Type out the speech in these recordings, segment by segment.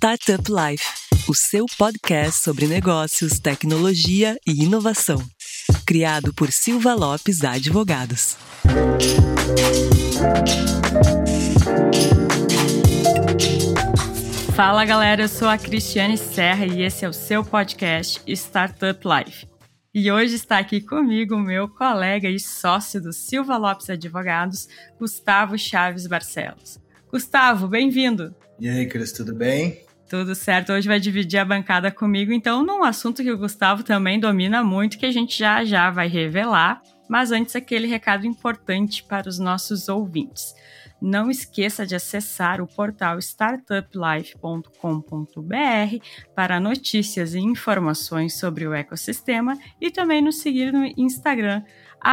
Startup Life, o seu podcast sobre negócios, tecnologia e inovação. Criado por Silva Lopes Advogados. Fala galera, eu sou a Cristiane Serra e esse é o seu podcast Startup Life. E hoje está aqui comigo o meu colega e sócio do Silva Lopes Advogados, Gustavo Chaves Barcelos. Gustavo, bem-vindo! E aí, Cris, tudo bem? Tudo certo, hoje vai dividir a bancada comigo, então num assunto que o Gustavo também domina muito, que a gente já vai revelar, mas antes aquele recado importante para os nossos ouvintes. Não esqueça de acessar o portal startuplife.com.br para notícias e informações sobre o ecossistema e também nos seguir no Instagram,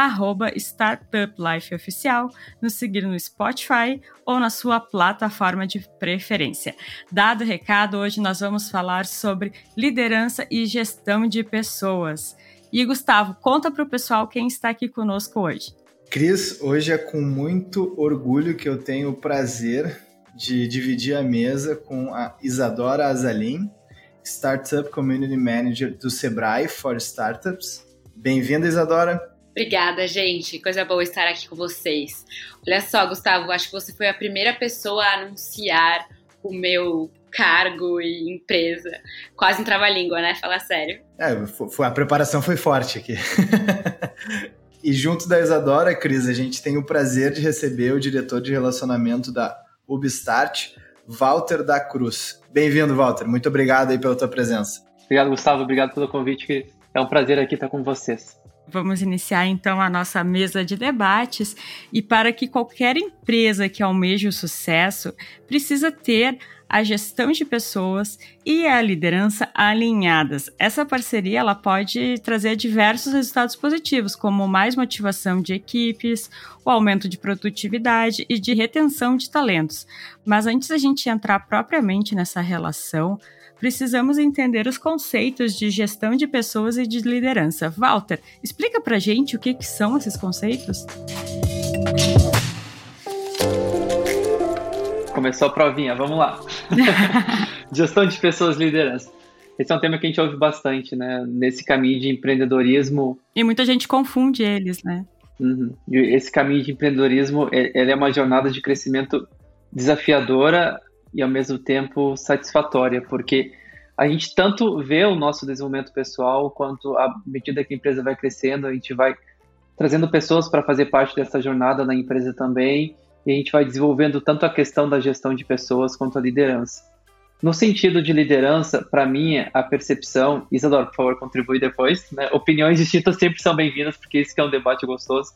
@StartupLifeOficial, nos seguir no Spotify ou na sua plataforma de preferência. Dado o recado, hoje nós vamos falar sobre liderança e gestão de pessoas. E Gustavo, conta para o pessoal quem está aqui conosco hoje. Cris, hoje é com muito orgulho que eu tenho o prazer de dividir a mesa com a Isadora Azalim, Startup Community Manager do Sebrae for Startups. Bem-vinda, Isadora. Obrigada, gente. Coisa boa estar aqui com vocês. Olha só, Gustavo, acho que você foi a primeira pessoa a anunciar o meu cargo e empresa. Quase um trava-língua, né? Fala sério. A preparação foi forte aqui. E junto da Isadora, Cris, a gente tem o prazer de receber o diretor de relacionamento da Ubstart, Walter da Cruz. Bem-vindo, Walter. Muito obrigado aí pela tua presença. Obrigado, Gustavo. Obrigado pelo convite, Cris. É um prazer aqui estar com vocês. Vamos iniciar então a nossa mesa de debates e para que qualquer empresa que almeje o sucesso precisa ter a gestão de pessoas e a liderança alinhadas. Essa parceria ela pode trazer diversos resultados positivos, como mais motivação de equipes, o aumento de produtividade e de retenção de talentos. Mas antes da gente entrar propriamente nessa relação, precisamos entender os conceitos de gestão de pessoas e de liderança. Walter, explica pra gente o que são esses conceitos? Começou a provinha, vamos lá. Gestão de pessoas e liderança. Esse é um tema que a gente ouve bastante, né? Nesse caminho de empreendedorismo. E muita gente confunde eles, né? Esse caminho de empreendedorismo, ele é uma jornada de crescimento desafiadora e ao mesmo tempo satisfatória, porque a gente tanto vê o nosso desenvolvimento pessoal, quanto à medida que a empresa vai crescendo, a gente vai trazendo pessoas para fazer parte dessa jornada na empresa também, e a gente vai desenvolvendo tanto a questão da gestão de pessoas quanto a liderança. No sentido de liderança, para mim, a percepção, Isadora, por favor, contribui depois, né? Opiniões distintas sempre são bem-vindas, porque esse que é um debate gostoso,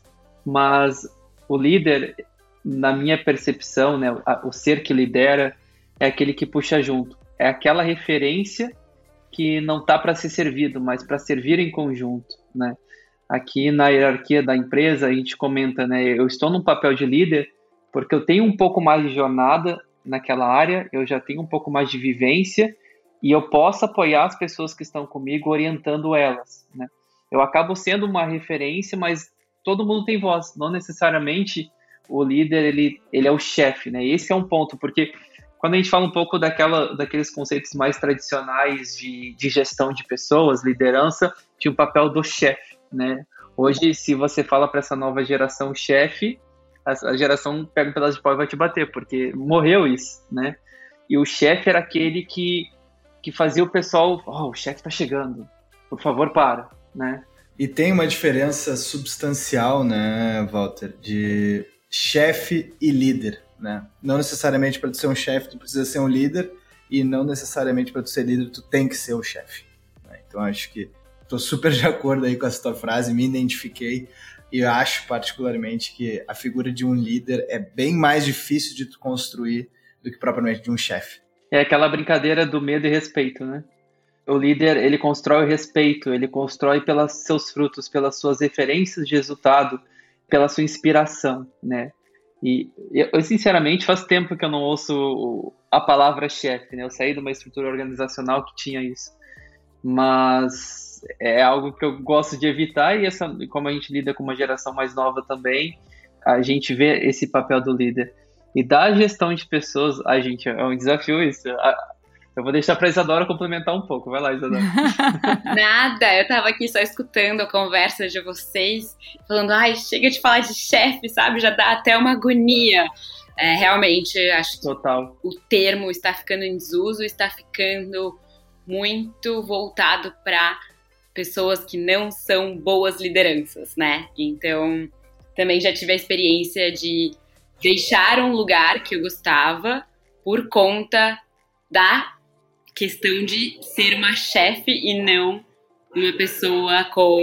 mas o líder, na minha percepção, né, o ser que lidera, é aquele que puxa junto. É aquela referência que não está para ser servido, mas para servir em conjunto, né? Aqui na hierarquia da empresa, a gente comenta, né? Eu estou num papel de líder porque eu tenho um pouco mais de jornada naquela área, eu já tenho um pouco mais de vivência e eu posso apoiar as pessoas que estão comigo, orientando elas, né? Eu acabo sendo uma referência, mas todo mundo tem voz. Não necessariamente o líder, ele é o chefe, né? Esse é um ponto, porque quando a gente fala um pouco daqueles conceitos mais tradicionais de gestão de pessoas, liderança, tinha o papel do chefe, né? Hoje, se você fala para essa nova geração chefe, a geração pega um pedaço de pau e vai te bater, porque morreu isso, né? E o chefe era aquele que fazia o pessoal, o chefe está chegando, por favor, para, né? E tem uma diferença substancial, né, Walter, de chefe e líder, né? Não necessariamente para tu ser um chefe tu precisa ser um líder, e não necessariamente para tu ser líder tu tem que ser o chefe, né? Então acho que estou super de acordo aí com essa tua frase, me identifiquei, e eu acho particularmente que a figura de um líder é bem mais difícil de tu construir do que propriamente de um chefe. É aquela brincadeira do medo e respeito, né? O líder, ele constrói o respeito, ele constrói pelos seus frutos, pelas suas referências de resultado, pela sua inspiração, né? E eu, sinceramente, faz tempo que eu não ouço a palavra chefe, né? Eu saí de uma estrutura organizacional que tinha isso. Mas é algo que eu gosto de evitar, e como a gente lida com uma geração mais nova também, a gente vê esse papel do líder. E da gestão de pessoas, é um desafio isso. Eu vou deixar pra Isadora complementar um pouco. Vai lá, Isadora. Nada, eu tava aqui só escutando a conversa de vocês, falando, ai, chega de falar de chefe, sabe? Já dá até uma agonia. Realmente, acho que Total. o termo está ficando em desuso, está ficando muito voltado para pessoas que não são boas lideranças, né? Então, também já tive a experiência de deixar um lugar que eu gostava por conta da questão de ser uma chefe e não uma pessoa com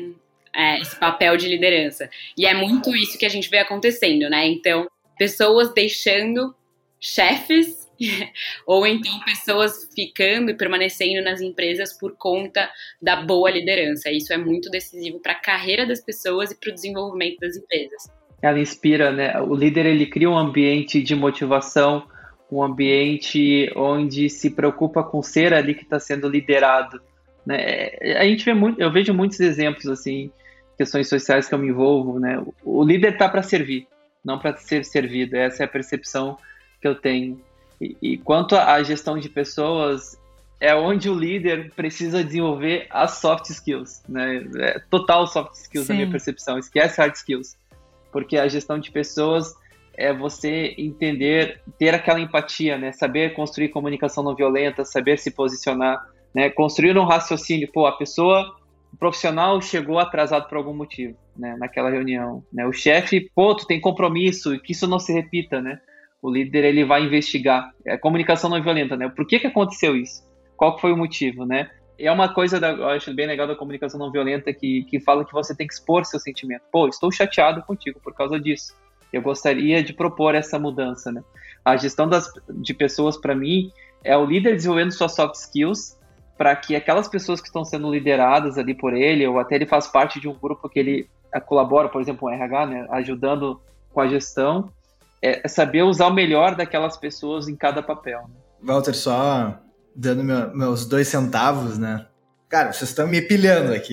esse papel de liderança. E é muito isso que a gente vê acontecendo, né? Então, pessoas deixando chefes ou então pessoas ficando e permanecendo nas empresas por conta da boa liderança. Isso é muito decisivo para a carreira das pessoas e para o desenvolvimento das empresas. Ela inspira, né? O líder, ele cria um ambiente de motivação, um ambiente onde se preocupa com ser ali que está sendo liderado, né? A gente vê eu vejo muitos exemplos, assim, questões sociais que eu me envolvo, né? O líder está para servir, não para ser servido. Essa é a percepção que eu tenho. E quanto à gestão de pessoas, é onde o líder precisa desenvolver as soft skills, né? Total soft skills, na minha percepção. Esquece hard skills. Porque a gestão de pessoas é você entender, ter aquela empatia, né? Saber construir comunicação não violenta, saber se posicionar, né? Construir um raciocínio. A pessoa, o profissional chegou atrasado por algum motivo, né? Naquela reunião, né? O chefe, tu tem compromisso, que isso não se repita, né? O líder, ele vai investigar. É comunicação não violenta, né? Por que aconteceu isso? Qual que foi o motivo, né? E é uma coisa, eu acho bem legal da comunicação não violenta que fala que você tem que expor seu sentimento. Estou chateado contigo por causa disso. Eu gostaria de propor essa mudança, né? A gestão de pessoas, para mim, é o líder desenvolvendo suas soft skills para que aquelas pessoas que estão sendo lideradas ali por ele, ou até ele faz parte de um grupo que ele colabora, por exemplo, o RH, né? Ajudando com a gestão, é saber usar o melhor daquelas pessoas em cada papel, né? Walter, só dando meus 2 centavos, né? Cara, vocês estão me pilhando aqui.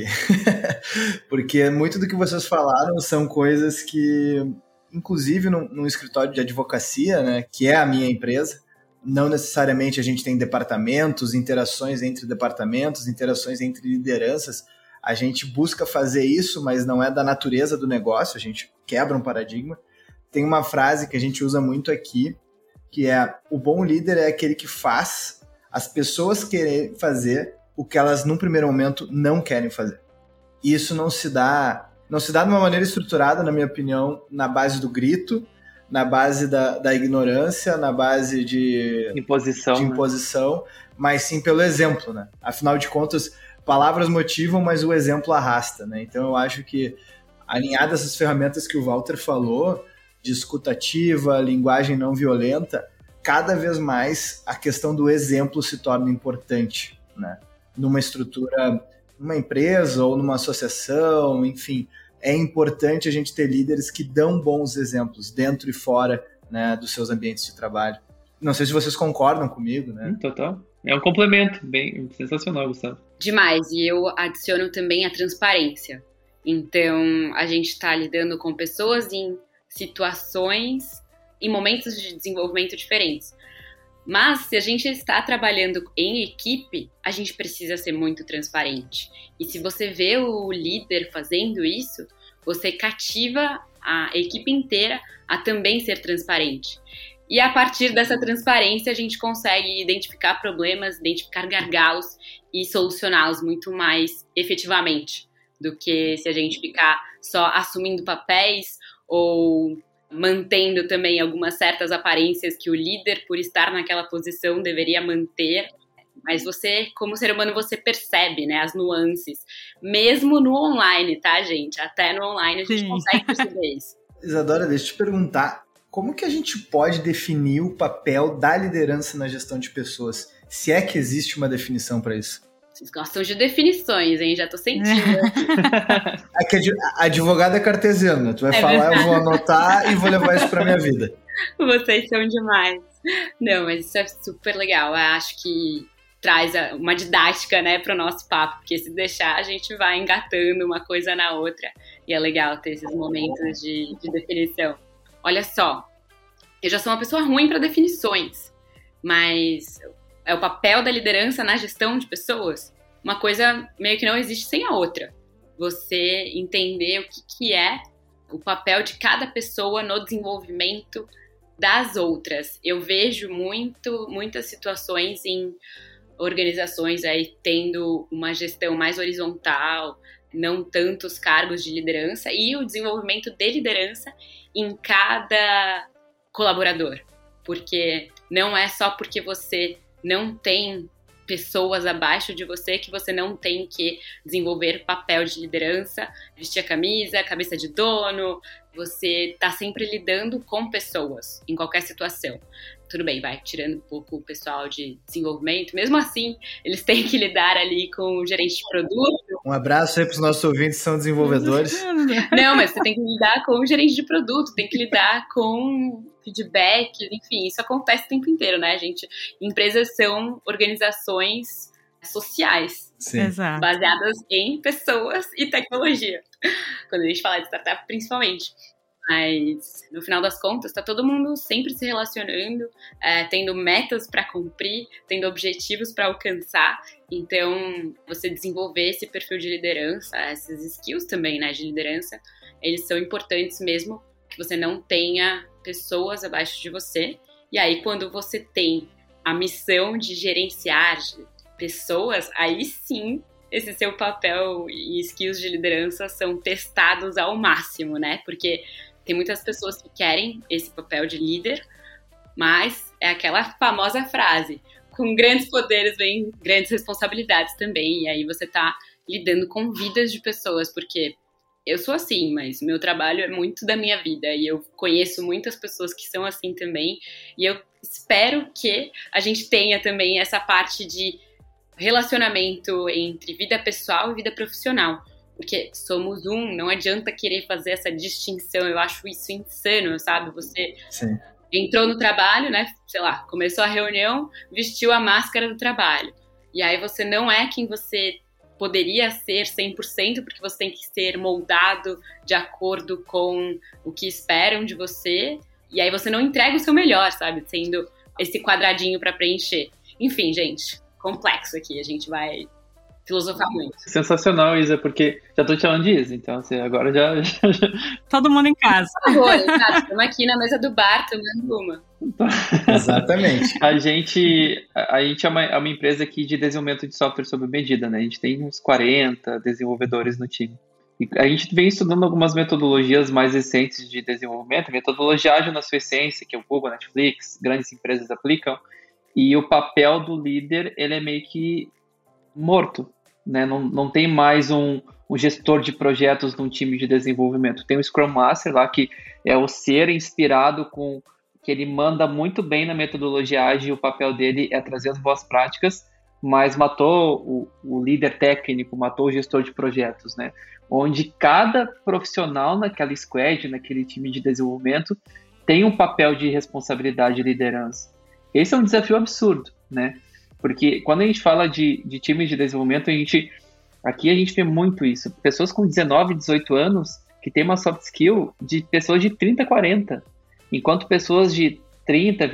Porque muito do que vocês falaram são coisas que, inclusive num escritório de advocacia, né, que é a minha empresa, não necessariamente a gente tem departamentos, interações entre departamentos, interações entre lideranças. A gente busca fazer isso, mas não é da natureza do negócio, a gente quebra um paradigma. Tem uma frase que a gente usa muito aqui, que é: o bom líder é aquele que faz as pessoas quererem fazer o que elas, num primeiro momento, não querem fazer. E isso não se dá de uma maneira estruturada, na minha opinião, na base do grito, na base da ignorância, na base de imposição, mas sim pelo exemplo, né? Afinal de contas, palavras motivam, mas o exemplo arrasta, né? Então eu acho que, alinhado a essas ferramentas que o Walter falou, de escuta ativa, linguagem não violenta, cada vez mais a questão do exemplo se torna importante, né? Numa estrutura, numa empresa ou numa associação, enfim, é importante a gente ter líderes que dão bons exemplos dentro e fora, né, dos seus ambientes de trabalho. Não sei se vocês concordam comigo, né? Total. É um complemento bem sensacional, Gustavo. Demais. E eu adiciono também a transparência. Então, a gente está lidando com pessoas em situações, em momentos de desenvolvimento diferentes. Mas, se a gente está trabalhando em equipe, a gente precisa ser muito transparente. E se você vê o líder fazendo isso, você cativa a equipe inteira a também ser transparente. E a partir dessa transparência, a gente consegue identificar problemas, identificar gargalos e solucioná-los muito mais efetivamente do que se a gente ficar só assumindo papéis ou mantendo também algumas certas aparências que o líder, por estar naquela posição, deveria manter. Mas você, como ser humano, você percebe, né, as nuances. Mesmo no online, tá, gente? Até no online a gente consegue perceber isso. Isadora, deixa eu te perguntar, como que a gente pode definir o papel da liderança na gestão de pessoas? Se é que existe uma definição para isso? Vocês gostam de definições, hein? Já tô sentindo. É que a advogada é cartesiana. Tu vai falar, eu vou anotar e vou levar isso pra minha vida. Vocês são demais. Não, mas isso é super legal. Eu acho que traz uma didática, né, pro nosso papo. Porque se deixar, a gente vai engatando uma coisa na outra. E é legal ter esses momentos de definição. Olha só, eu já sou uma pessoa ruim para definições. Mas é o papel da liderança na gestão de pessoas, uma coisa meio que não existe sem a outra. Você entender o que é o papel de cada pessoa no desenvolvimento das outras. Eu vejo muitas situações em organizações aí tendo uma gestão mais horizontal, não tantos cargos de liderança, e o desenvolvimento de liderança em cada colaborador. Porque não é só porque você não tem pessoas abaixo de você que você não tem que desenvolver papel de liderança, vestir a camisa, cabeça de dono. Você tá sempre lidando com pessoas em qualquer situação. Tudo bem, vai tirando um pouco o pessoal de desenvolvimento. Mesmo assim, eles têm que lidar ali com o gerente de produto. Um abraço aí para os nossos ouvintes que são desenvolvedores. Não, mas você tem que lidar com o gerente de produto, tem que lidar com feedback, enfim, isso acontece o tempo inteiro, né, gente? Empresas são organizações sociais. Sim. Exato. Baseadas em pessoas e tecnologia. Quando a gente fala de startup, principalmente. Mas, no final das contas, tá todo mundo sempre se relacionando, tendo metas para cumprir, tendo objetivos para alcançar. Então, você desenvolver esse perfil de liderança, essas skills também, né, de liderança, eles são importantes mesmo que você não tenha pessoas abaixo de você. E aí, quando você tem a missão de gerenciar pessoas, aí sim, esse seu papel e skills de liderança são testados ao máximo, né? Porque tem muitas pessoas que querem esse papel de líder, mas é aquela famosa frase, com grandes poderes vem grandes responsabilidades também, e aí você tá lidando com vidas de pessoas, porque eu sou assim, mas meu trabalho é muito da minha vida, e eu conheço muitas pessoas que são assim também, e eu espero que a gente tenha também essa parte de relacionamento entre vida pessoal e vida profissional, porque somos não adianta querer fazer essa distinção, eu acho isso insano, sabe? Você Sim. entrou no trabalho, né, sei lá, começou a reunião, vestiu a máscara do trabalho, e aí você não é quem você poderia ser 100%, porque você tem que ser moldado de acordo com o que esperam de você, e aí você não entrega o seu melhor, sabe? Sendo esse quadradinho para preencher. Enfim, gente, complexo aqui, a gente vai filosofar muito. Sensacional, Isa, porque já tô te chamando de Isa, então assim, agora já... Todo mundo em casa. Por favor, estamos aqui na mesa do bar tomando uma. Exatamente. A gente é uma empresa aqui de desenvolvimento de software sob medida, né? A gente tem uns 40 desenvolvedores no time. E a gente vem estudando algumas metodologias mais recentes de desenvolvimento, metodologia ágil na sua essência, que é o Google, Netflix, grandes empresas aplicam, e o papel do líder, ele é meio que morto, né? Não tem mais um gestor de projetos num time de desenvolvimento. Tem o Scrum Master lá, que é o ser inspirado com... que ele manda muito bem na metodologia ágil, o papel dele é trazer as boas práticas, mas matou o líder técnico, matou o gestor de projetos, né? Onde cada profissional naquela squad, naquele time de desenvolvimento, tem um papel de responsabilidade e liderança. Esse é um desafio absurdo, né? Porque quando a gente fala de times de desenvolvimento, aqui a gente vê muito isso. Pessoas com 19, 18 anos que têm uma soft skill de pessoas de 30, 40. Enquanto pessoas de 30,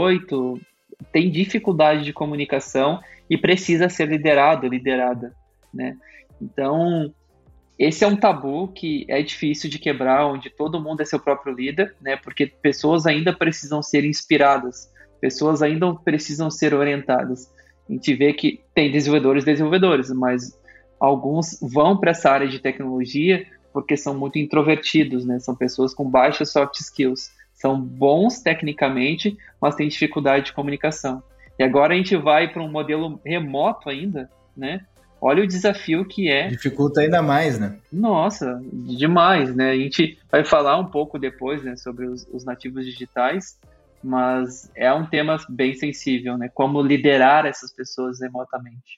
28 têm dificuldade de comunicação e precisa ser liderada, né? Então, esse é um tabu que é difícil de quebrar, onde todo mundo é seu próprio líder, né? Porque pessoas ainda precisam ser inspiradas, pessoas ainda precisam ser orientadas. A gente vê que tem desenvolvedores, mas alguns vão para essa área de tecnologia porque são muito introvertidos, né? São pessoas com baixas soft skills. São bons tecnicamente, mas têm dificuldade de comunicação. E agora a gente vai para um modelo remoto ainda, né? Olha o desafio que é. Dificulta ainda mais, né? Nossa, demais, né? A gente vai falar um pouco depois, né, sobre os nativos digitais, mas é um tema bem sensível, né? Como liderar essas pessoas remotamente.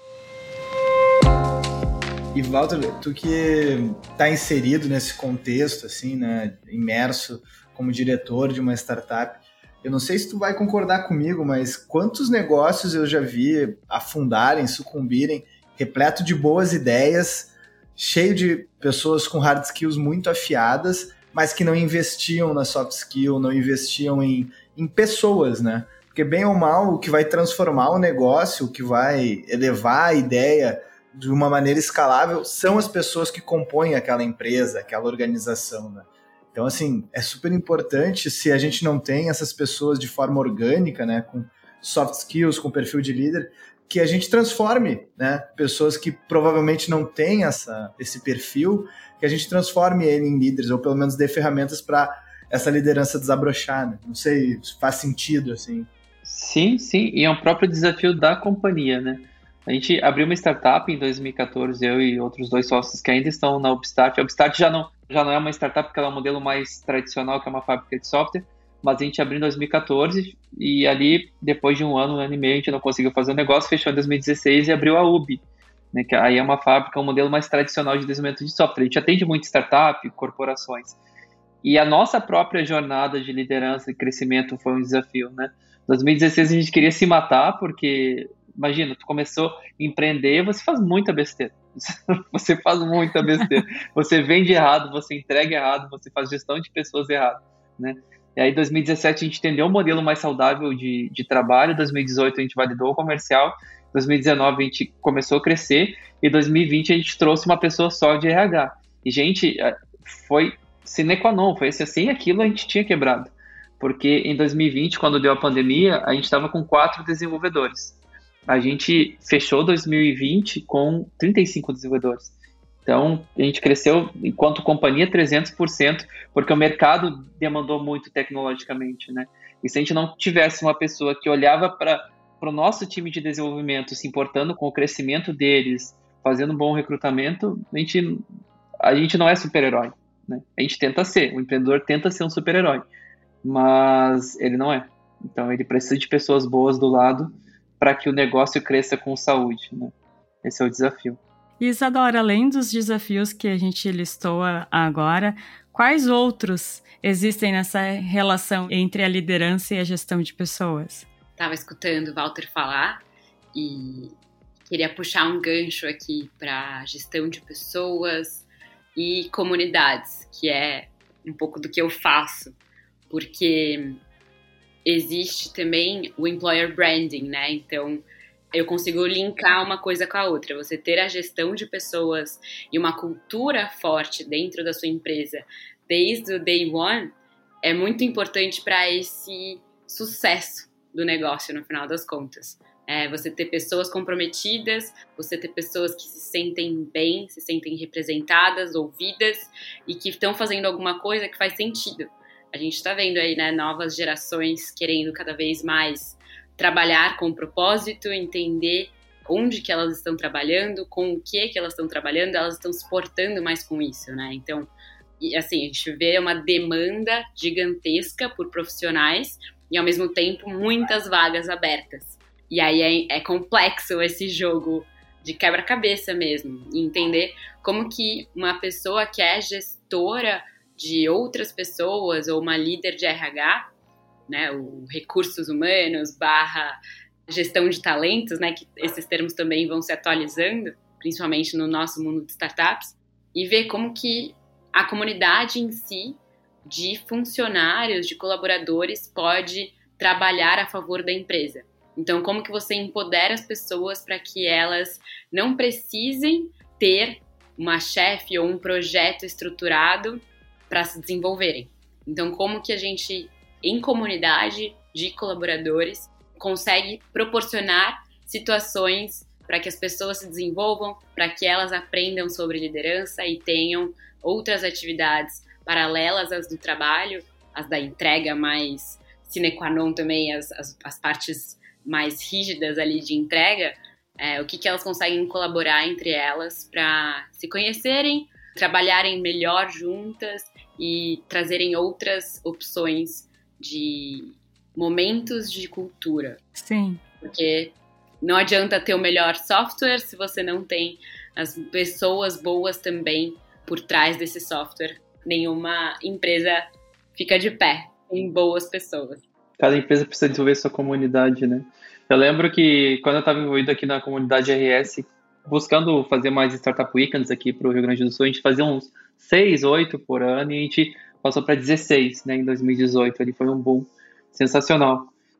E Walter, tu que está inserido nesse contexto, assim, né, imerso como diretor de uma startup, eu não sei se tu vai concordar comigo, mas quantos negócios eu já vi afundarem, sucumbirem, repleto de boas ideias, cheio de pessoas com hard skills muito afiadas, mas que não investiam na soft skill, não investiam em pessoas, né? Porque bem ou mal, o que vai transformar o negócio, o que vai elevar a ideia de uma maneira escalável, são as pessoas que compõem aquela empresa, aquela organização, né? Então, assim, é super importante, se a gente não tem essas pessoas de forma orgânica, né, com soft skills, com perfil de líder, que a gente transforme, né, pessoas que provavelmente não têm esse perfil, que a gente transforme ele em líderes, ou pelo menos dê ferramentas para essa liderança desabrochar, né? Não sei se faz sentido, assim. Sim, e é um próprio desafio da companhia, né? A gente abriu uma startup em 2014, eu e outros 2 sócios que ainda estão na Upstart. A Upstart já não é uma startup, porque ela é um modelo mais tradicional, que é uma fábrica de software, mas a gente abriu em 2014 e ali, depois de um ano e meio, a gente não conseguiu fazer o negócio, fechou em 2016 e abriu a UB, né, que aí é uma fábrica, um modelo mais tradicional de desenvolvimento de software. A gente atende muito startup, corporações. E a nossa própria jornada de liderança e crescimento foi um desafio, né? Em 2016 a gente queria se matar, porque, imagina, tu começou a empreender, você faz muita besteira. Você faz muita besteira. Você vende errado, você entrega errado, você faz gestão de pessoas errado, né? E aí, em 2017, a gente entendeu um modelo mais saudável de trabalho. Em 2018, a gente validou o comercial. Em 2019, a gente começou a crescer. E em 2020, a gente trouxe uma pessoa só de RH. E, gente, foi sine qua non. Foi assim, aquilo a gente tinha quebrado. Porque em 2020, quando deu a pandemia, a gente estava com 4 desenvolvedores. A gente fechou 2020 com 35 desenvolvedores. Então, a gente cresceu, enquanto companhia, 300%, porque o mercado demandou muito tecnologicamente, né? E se a gente não tivesse uma pessoa que olhava para o nosso time de desenvolvimento, se importando com o crescimento deles, fazendo um bom recrutamento, a gente não é super-herói, né? A gente tenta ser, o empreendedor tenta ser um super-herói, mas ele não é. Então, ele precisa de pessoas boas do lado para que o negócio cresça com saúde, né? Esse é o desafio. Isadora, além dos desafios que a gente listou agora, quais outros existem nessa relação entre a liderança e a gestão de pessoas? Estava escutando o Walter falar e queria puxar um gancho aqui para gestão de pessoas e comunidades, que é um pouco do que eu faço, porque existe também o employer branding, né? Então, eu consigo linkar uma coisa com a outra. Você ter a gestão de pessoas e uma cultura forte dentro da sua empresa desde o day one é muito importante para esse sucesso do negócio, no final das contas. Você ter pessoas comprometidas, você ter pessoas que se sentem bem, se sentem representadas, ouvidas e que estão fazendo alguma coisa que faz sentido. A gente está vendo aí, né, novas gerações querendo cada vez mais trabalhar com propósito, entender onde que elas estão trabalhando, com o que elas estão trabalhando, elas estão se portando mais com isso, né? Então, assim, a gente vê uma demanda gigantesca por profissionais e, ao mesmo tempo, muitas vagas abertas. E aí é complexo esse jogo de quebra-cabeça mesmo, e entender como que uma pessoa que é gestora de outras pessoas ou uma líder de RH, né, o recursos humanos / gestão de talentos, né, que esses termos também vão se atualizando, principalmente no nosso mundo de startups, e ver como que a comunidade em si, de funcionários, de colaboradores, pode trabalhar a favor da empresa. Então, como que você empodera as pessoas para que elas não precisem ter uma chefe ou um projeto estruturado para se desenvolverem. Então, como que a gente, em comunidade de colaboradores, consegue proporcionar situações para que as pessoas se desenvolvam, para que elas aprendam sobre liderança e tenham outras atividades paralelas às do trabalho, as da entrega mais sine qua non também, as partes mais rígidas ali de entrega, o que elas conseguem colaborar entre elas para se conhecerem, trabalharem melhor juntas e trazerem outras opções de momentos de cultura. Sim. Porque não adianta ter o melhor software se você não tem as pessoas boas também por trás desse software. Nenhuma empresa fica de pé em boas pessoas. Cada empresa precisa desenvolver sua comunidade, né? Eu lembro que quando eu estava envolvido aqui na comunidade RS, buscando fazer mais Startup Weekends aqui para o Rio Grande do Sul, a gente fazia uns 6, 8 por ano e a gente passou para 16, né, em 2018. Ali foi um boom sensacional.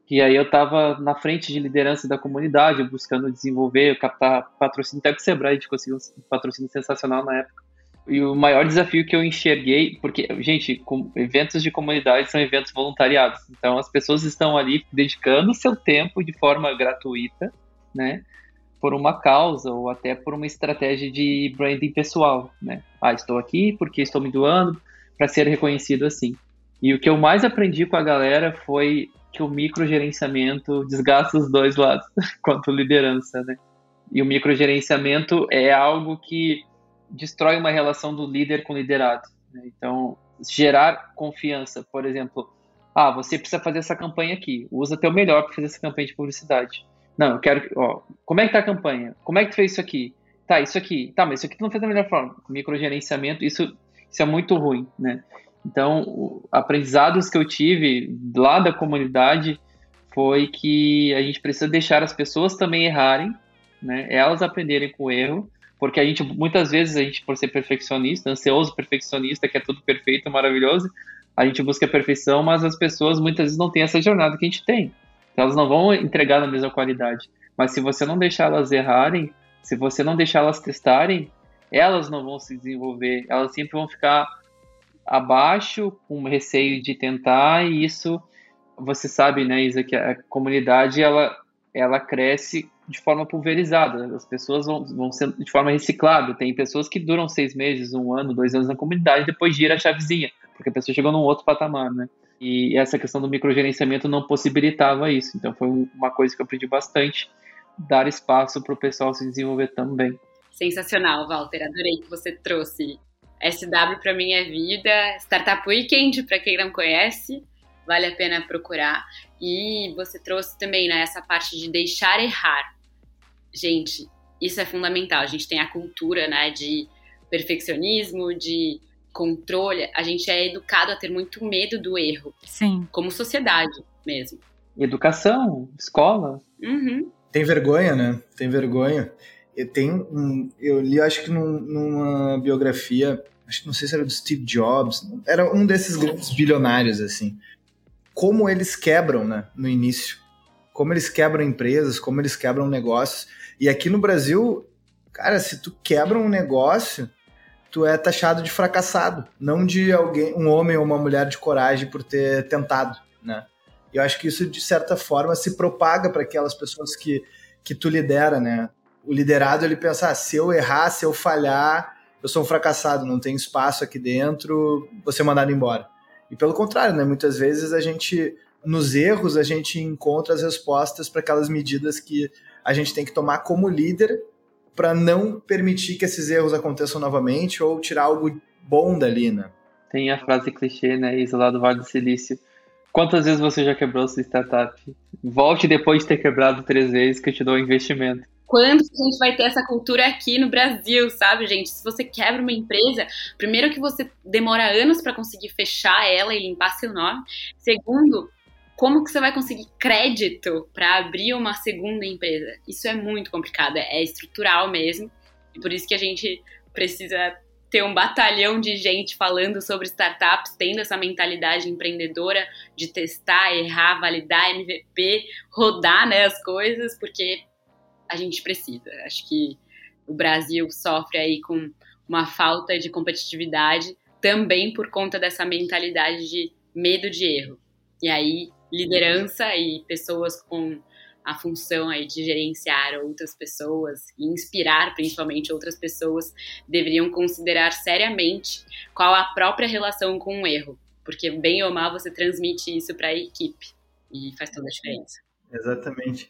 E aí eu estava na frente de liderança da comunidade, buscando desenvolver, captar patrocínio, até que o Sebrae a gente conseguiu um patrocínio sensacional na época. E o maior desafio que eu enxerguei, porque, gente, eventos de comunidade são eventos voluntariados, então as pessoas estão ali dedicando o seu tempo de forma gratuita, né, por uma causa ou até por uma estratégia de branding pessoal, né? Estou aqui porque estou me doando para ser reconhecido assim. E o que eu mais aprendi com a galera foi que o microgerenciamento desgasta os dois lados, quanto liderança, né? E o microgerenciamento é algo que destrói uma relação do líder com o liderado, né? Então, gerar confiança, por exemplo, você precisa fazer essa campanha aqui, usa teu melhor para fazer essa campanha de publicidade. Não, eu quero, como é que tá a campanha? Como é que tu fez isso aqui? Tá, isso aqui. Tá, mas isso aqui tu não fez da melhor forma. Microgerenciamento, isso é muito ruim, né? Então, aprendizados que eu tive lá da comunidade foi que a gente precisa deixar as pessoas também errarem, né? Elas aprenderem com o erro, porque muitas vezes, por ser perfeccionista, ansioso perfeccionista, que é tudo perfeito, maravilhoso, a gente busca a perfeição, mas as pessoas muitas vezes não têm essa jornada que a gente tem. Elas não vão entregar na mesma qualidade. Mas se você não deixar elas errarem, se você não deixar elas testarem, elas não vão se desenvolver. Elas sempre vão ficar abaixo, com receio de tentar, e isso, você sabe, né, Isa, que a comunidade, ela cresce de forma pulverizada. As pessoas vão ser de forma reciclada. Tem pessoas que duram 6 meses, 1 ano, 2 anos na comunidade, depois gira a chavezinha, porque a pessoa chegou num outro patamar, né? E essa questão do microgerenciamento não possibilitava isso. Então foi uma coisa que eu aprendi bastante, dar espaço para o pessoal se desenvolver também. Sensacional, Walter. Adorei que você trouxe. SW para mim é vida. Startup Weekend, para quem não conhece, vale a pena procurar. E você trouxe também, né, essa parte de deixar errar. Gente, isso é fundamental. A gente tem a cultura, né, de perfeccionismo, de controle, a gente é educado a ter muito medo do erro. Sim. Como sociedade mesmo. Educação, escola. Uhum. Tem vergonha, né? Tem vergonha. Eu li, acho que numa biografia, acho que não sei se era do Steve Jobs, era um desses grandes bilionários, assim. Como eles quebram, né, no início. Como eles quebram empresas, como eles quebram negócios. E aqui no Brasil, cara, se tu quebra um negócio, tu é taxado de fracassado, não de um homem ou uma mulher de coragem por ter tentado, né? E eu acho que isso, de certa forma, se propaga para aquelas pessoas que tu lidera, né? O liderado, ele pensa, se eu errar, se eu falhar, eu sou um fracassado, não tem espaço aqui dentro, vou ser mandado embora. E pelo contrário, né? Muitas vezes nos erros, a gente encontra as respostas para aquelas medidas que a gente tem que tomar como líder para não permitir que esses erros aconteçam novamente ou tirar algo bom dali, né? Tem a frase clichê, né, Isa, lá do Vale do Silício. Quantas vezes você já quebrou sua startup? Volte depois de ter quebrado 3 vezes que eu te dou um investimento. Quando a gente vai ter essa cultura aqui no Brasil, sabe, gente? Se você quebra uma empresa, primeiro que você demora anos para conseguir fechar ela e limpar seu nome. Segundo, como que você vai conseguir crédito para abrir uma segunda empresa? Isso é muito complicado, é estrutural mesmo. E por isso que a gente precisa ter um batalhão de gente falando sobre startups, tendo essa mentalidade empreendedora de testar, errar, validar, MVP, rodar, né, as coisas, porque a gente precisa. Acho que o Brasil sofre aí com uma falta de competitividade também por conta dessa mentalidade de medo de erro. E aí, liderança e pessoas com a função aí de gerenciar outras pessoas e inspirar principalmente outras pessoas deveriam considerar seriamente qual a própria relação com o erro, porque bem ou mal você transmite isso para a equipe e faz toda a diferença. Exatamente.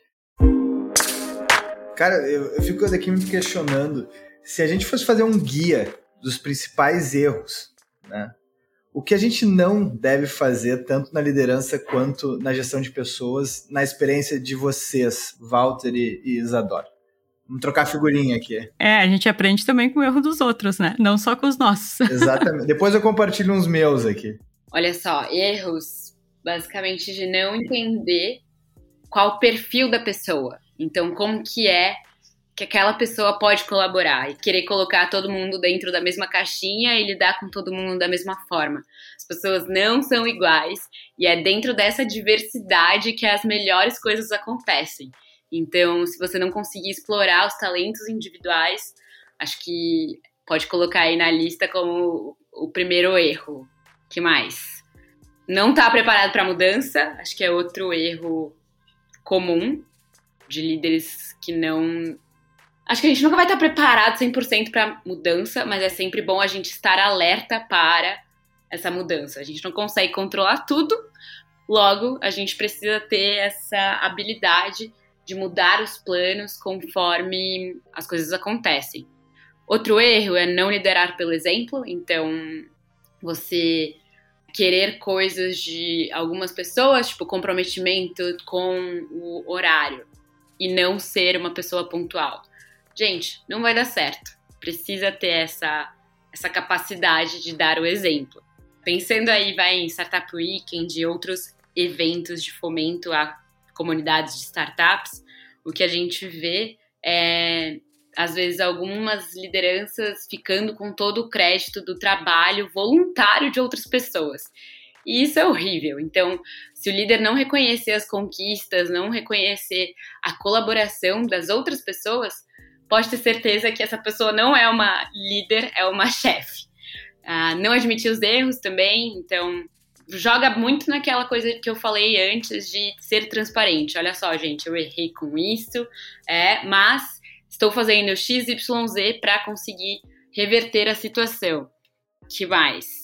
Cara, eu fico aqui me questionando, se a gente fosse fazer um guia dos principais erros, né? O que a gente não deve fazer, tanto na liderança quanto na gestão de pessoas, na experiência de vocês, Walter e Isadora? Vamos trocar figurinha aqui. A gente aprende também com o erro dos outros, né? Não só com os nossos. Exatamente. Depois eu compartilho uns meus aqui. Olha só, erros, basicamente, de não entender qual o perfil da pessoa. Então, como que é que aquela pessoa pode colaborar e querer colocar todo mundo dentro da mesma caixinha e lidar com todo mundo da mesma forma. As pessoas não são iguais e é dentro dessa diversidade que as melhores coisas acontecem. Então, se você não conseguir explorar os talentos individuais, acho que pode colocar aí na lista como o primeiro erro. Que mais? Não estar preparado para a mudança, acho que é outro erro comum de líderes que não... Acho que a gente nunca vai estar preparado 100% para mudança, mas é sempre bom a gente estar alerta para essa mudança. A gente não consegue controlar tudo, logo a gente precisa ter essa habilidade de mudar os planos conforme as coisas acontecem. Outro erro é não liderar pelo exemplo, então você querer coisas de algumas pessoas, tipo comprometimento com o horário, e não ser uma pessoa pontual. Gente, não vai dar certo. Precisa ter essa capacidade de dar o exemplo. Pensando aí, em Startup Weekend e outros eventos de fomento a comunidades de startups, o que a gente vê é, às vezes, algumas lideranças ficando com todo o crédito do trabalho voluntário de outras pessoas. E isso é horrível. Então, se o líder não reconhecer as conquistas, não reconhecer a colaboração das outras pessoas, pode ter certeza que essa pessoa não é uma líder, é uma chefe. Não admitir os erros também, então joga muito naquela coisa que eu falei antes de ser transparente. Olha só, gente, eu errei com isso, mas estou fazendo XYZ para conseguir reverter a situação. Que mais?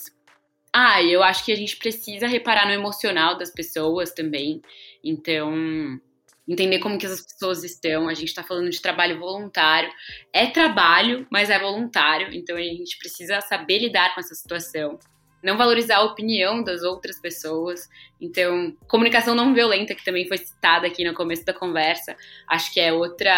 Eu acho que a gente precisa reparar no emocional das pessoas também. Então, entender como que as pessoas estão. A gente está falando de trabalho voluntário. É trabalho, mas é voluntário. Então, a gente precisa saber lidar com essa situação. Não valorizar a opinião das outras pessoas. Então, comunicação não violenta, que também foi citada aqui no começo da conversa. Acho que é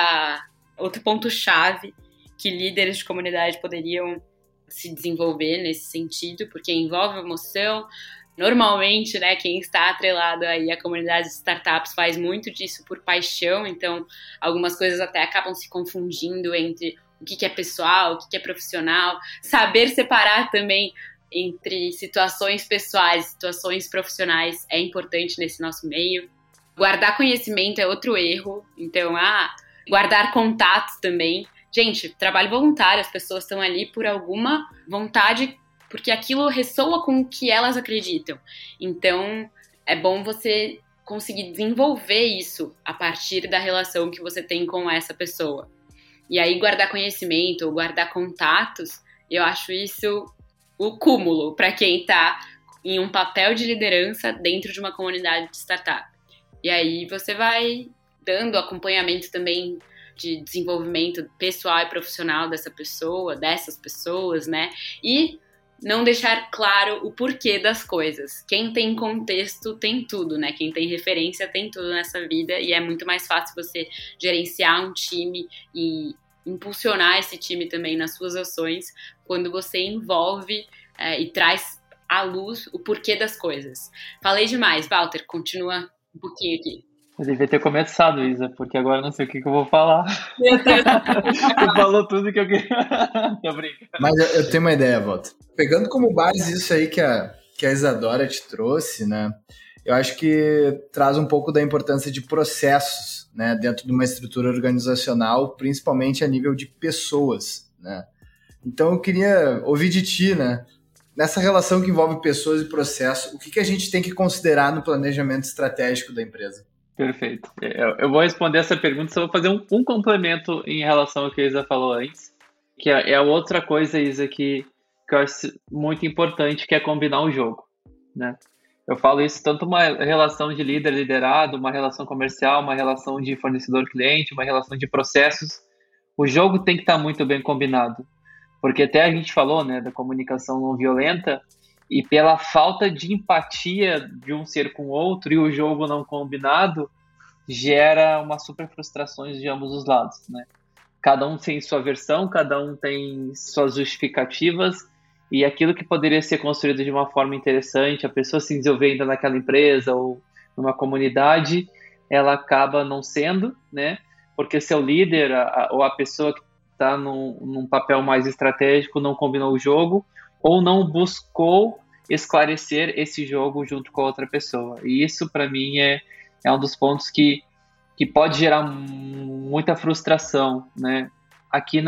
outro ponto-chave que líderes de comunidade poderiam se desenvolver nesse sentido, porque envolve emoção. Normalmente, né, quem está atrelado aí à comunidade de startups faz muito disso por paixão, então algumas coisas até acabam se confundindo entre o que é pessoal, o que é profissional. Saber separar também entre situações pessoais e situações profissionais é importante nesse nosso meio. Guardar conhecimento é outro erro, então, guardar contatos também. Gente, trabalho voluntário, as pessoas estão ali por alguma vontade, porque aquilo ressoa com o que elas acreditam. Então, é bom você conseguir desenvolver isso a partir da relação que você tem com essa pessoa. E aí, guardar conhecimento ou guardar contatos, eu acho isso o cúmulo para quem está em um papel de liderança dentro de uma comunidade de startup. E aí, você vai dando acompanhamento também de desenvolvimento pessoal e profissional dessas pessoas, né? E não deixar claro o porquê das coisas. Quem tem contexto tem tudo, né? Quem tem referência tem tudo nessa vida e é muito mais fácil você gerenciar um time e impulsionar esse time também nas suas ações quando você envolve e traz à luz o porquê das coisas. Falei demais, Walter, continua um pouquinho aqui. Eu devia ter começado, Isa, porque agora eu não sei o que eu vou falar. Meu Deus. Você falou tudo que eu queria. Tô brincando. Mas eu tenho uma ideia, Walter. Pegando como base isso aí que a Isadora te trouxe, né? Eu acho que traz um pouco da importância de processos, né? Dentro de uma estrutura organizacional, principalmente a nível de pessoas, né? Então eu queria ouvir de ti, né? Nessa relação que envolve pessoas e processo, o que a gente tem que considerar no planejamento estratégico da empresa? Perfeito. Eu vou responder essa pergunta, só vou fazer um complemento em relação ao que a Isa falou antes, que é outra coisa, Isa, que eu acho muito importante, que é combinar o jogo, né? Eu falo isso tanto uma relação de líder-liderado, uma relação comercial, uma relação de fornecedor-cliente, uma relação de processos. O jogo tem que estar muito bem combinado, porque até a gente falou, né, da comunicação não violenta, e pela falta de empatia de um ser com o outro e o jogo não combinado, gera uma super frustrações de ambos os lados, né? Cada um tem sua versão, cada um tem suas justificativas, e aquilo que poderia ser construído de uma forma interessante, a pessoa se desenvolvendo naquela empresa ou numa comunidade, ela acaba não sendo, né? porque seu líder ou a pessoa que está num papel mais estratégico não combinou o jogo ou não buscou esclarecer esse jogo junto com a outra pessoa. E isso, para mim, é um dos pontos que pode gerar muita frustração, né? Aqui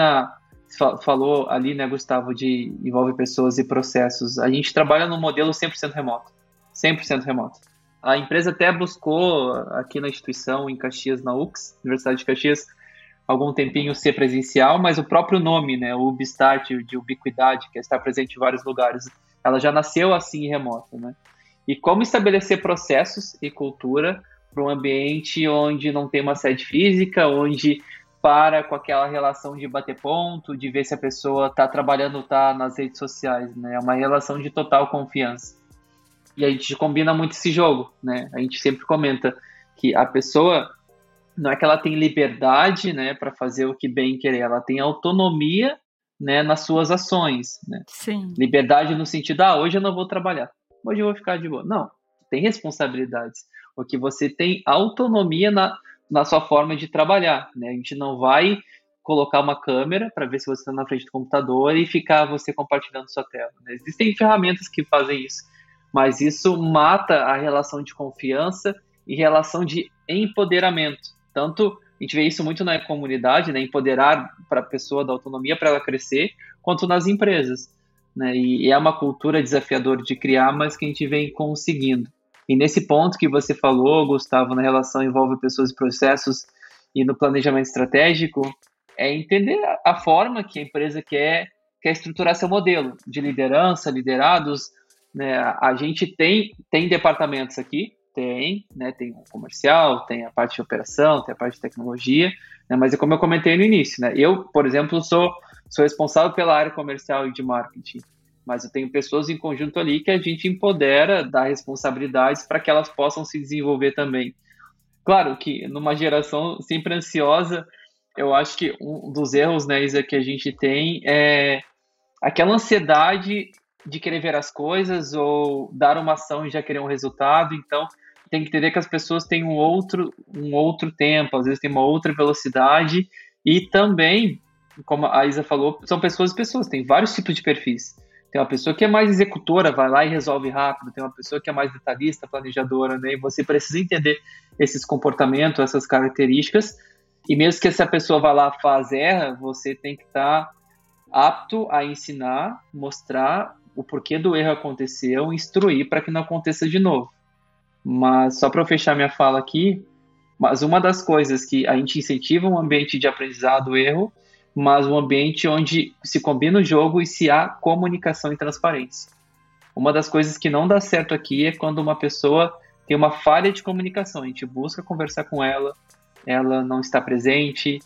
falou ali, né, Gustavo, de envolve pessoas e processos. A gente trabalha num modelo 100% remoto. 100% remoto. A empresa até buscou, aqui na instituição, em Caxias, na UX, Universidade de Caxias, algum tempinho ser presencial, mas o próprio nome, né, o Ubstart, de ubiquidade, que é estar presente em vários lugares, ela já nasceu assim remota, né? E como estabelecer processos e cultura para um ambiente onde não tem uma sede física, onde para com aquela relação de bater ponto, de ver se a pessoa está trabalhando, está nas redes sociais, né? É uma relação de total confiança. E a gente combina muito esse jogo, né? A gente sempre comenta que a pessoa não é que ela tem liberdade, né, para fazer o que bem querer, ela tem autonomia, né, nas suas ações, né? Sim. Liberdade no sentido, hoje eu não vou trabalhar, hoje eu vou ficar de boa. Não, tem responsabilidades, porque você tem autonomia na sua forma de trabalhar, né? A gente não vai colocar uma câmera para ver se você está na frente do computador e ficar você compartilhando sua tela, né? Existem ferramentas que fazem isso, mas isso mata a relação de confiança e relação de empoderamento. Tanto a gente vê isso muito na comunidade, né? Empoderar para a pessoa da autonomia para ela crescer, quanto nas empresas, né? E é uma cultura desafiadora de criar, mas que a gente vem conseguindo. E nesse ponto que você falou, Gustavo, na relação envolve pessoas e processos e no planejamento estratégico, é entender a forma que a empresa quer estruturar seu modelo de liderança, liderados, né? A gente tem departamentos aqui, né? Tem o comercial, tem a parte de operação, tem a parte de tecnologia, né? Mas é como eu comentei no início, né? Eu, por exemplo, sou responsável pela área comercial e de marketing, mas eu tenho pessoas em conjunto ali que a gente empodera, dá responsabilidades para que elas possam se desenvolver também. Claro que numa geração sempre ansiosa, eu acho que um dos erros, né, Isa, que a gente tem é aquela ansiedade de querer ver as coisas ou dar uma ação e já querer um resultado. Então, tem que entender que as pessoas têm um outro tempo, às vezes tem uma outra velocidade e também, como a Isa falou, são pessoas e pessoas, tem vários tipos de perfis. Tem uma pessoa que é mais executora, vai lá e resolve rápido, tem uma pessoa que é mais detalhista, planejadora, né? E você precisa entender esses comportamentos, essas características, e mesmo que essa pessoa vá lá, erra, você tem que estar apto a ensinar, mostrar o porquê do erro aconteceu, instruir para que não aconteça de novo. Mas só para eu fechar minha fala aqui, mas uma das coisas que a gente incentiva um ambiente de aprendizado, erro, mas um ambiente onde se combina o jogo e se há comunicação e transparência. Uma das coisas que não dá certo aqui é quando uma pessoa tem uma falha de comunicação, a gente busca conversar com ela não está presente,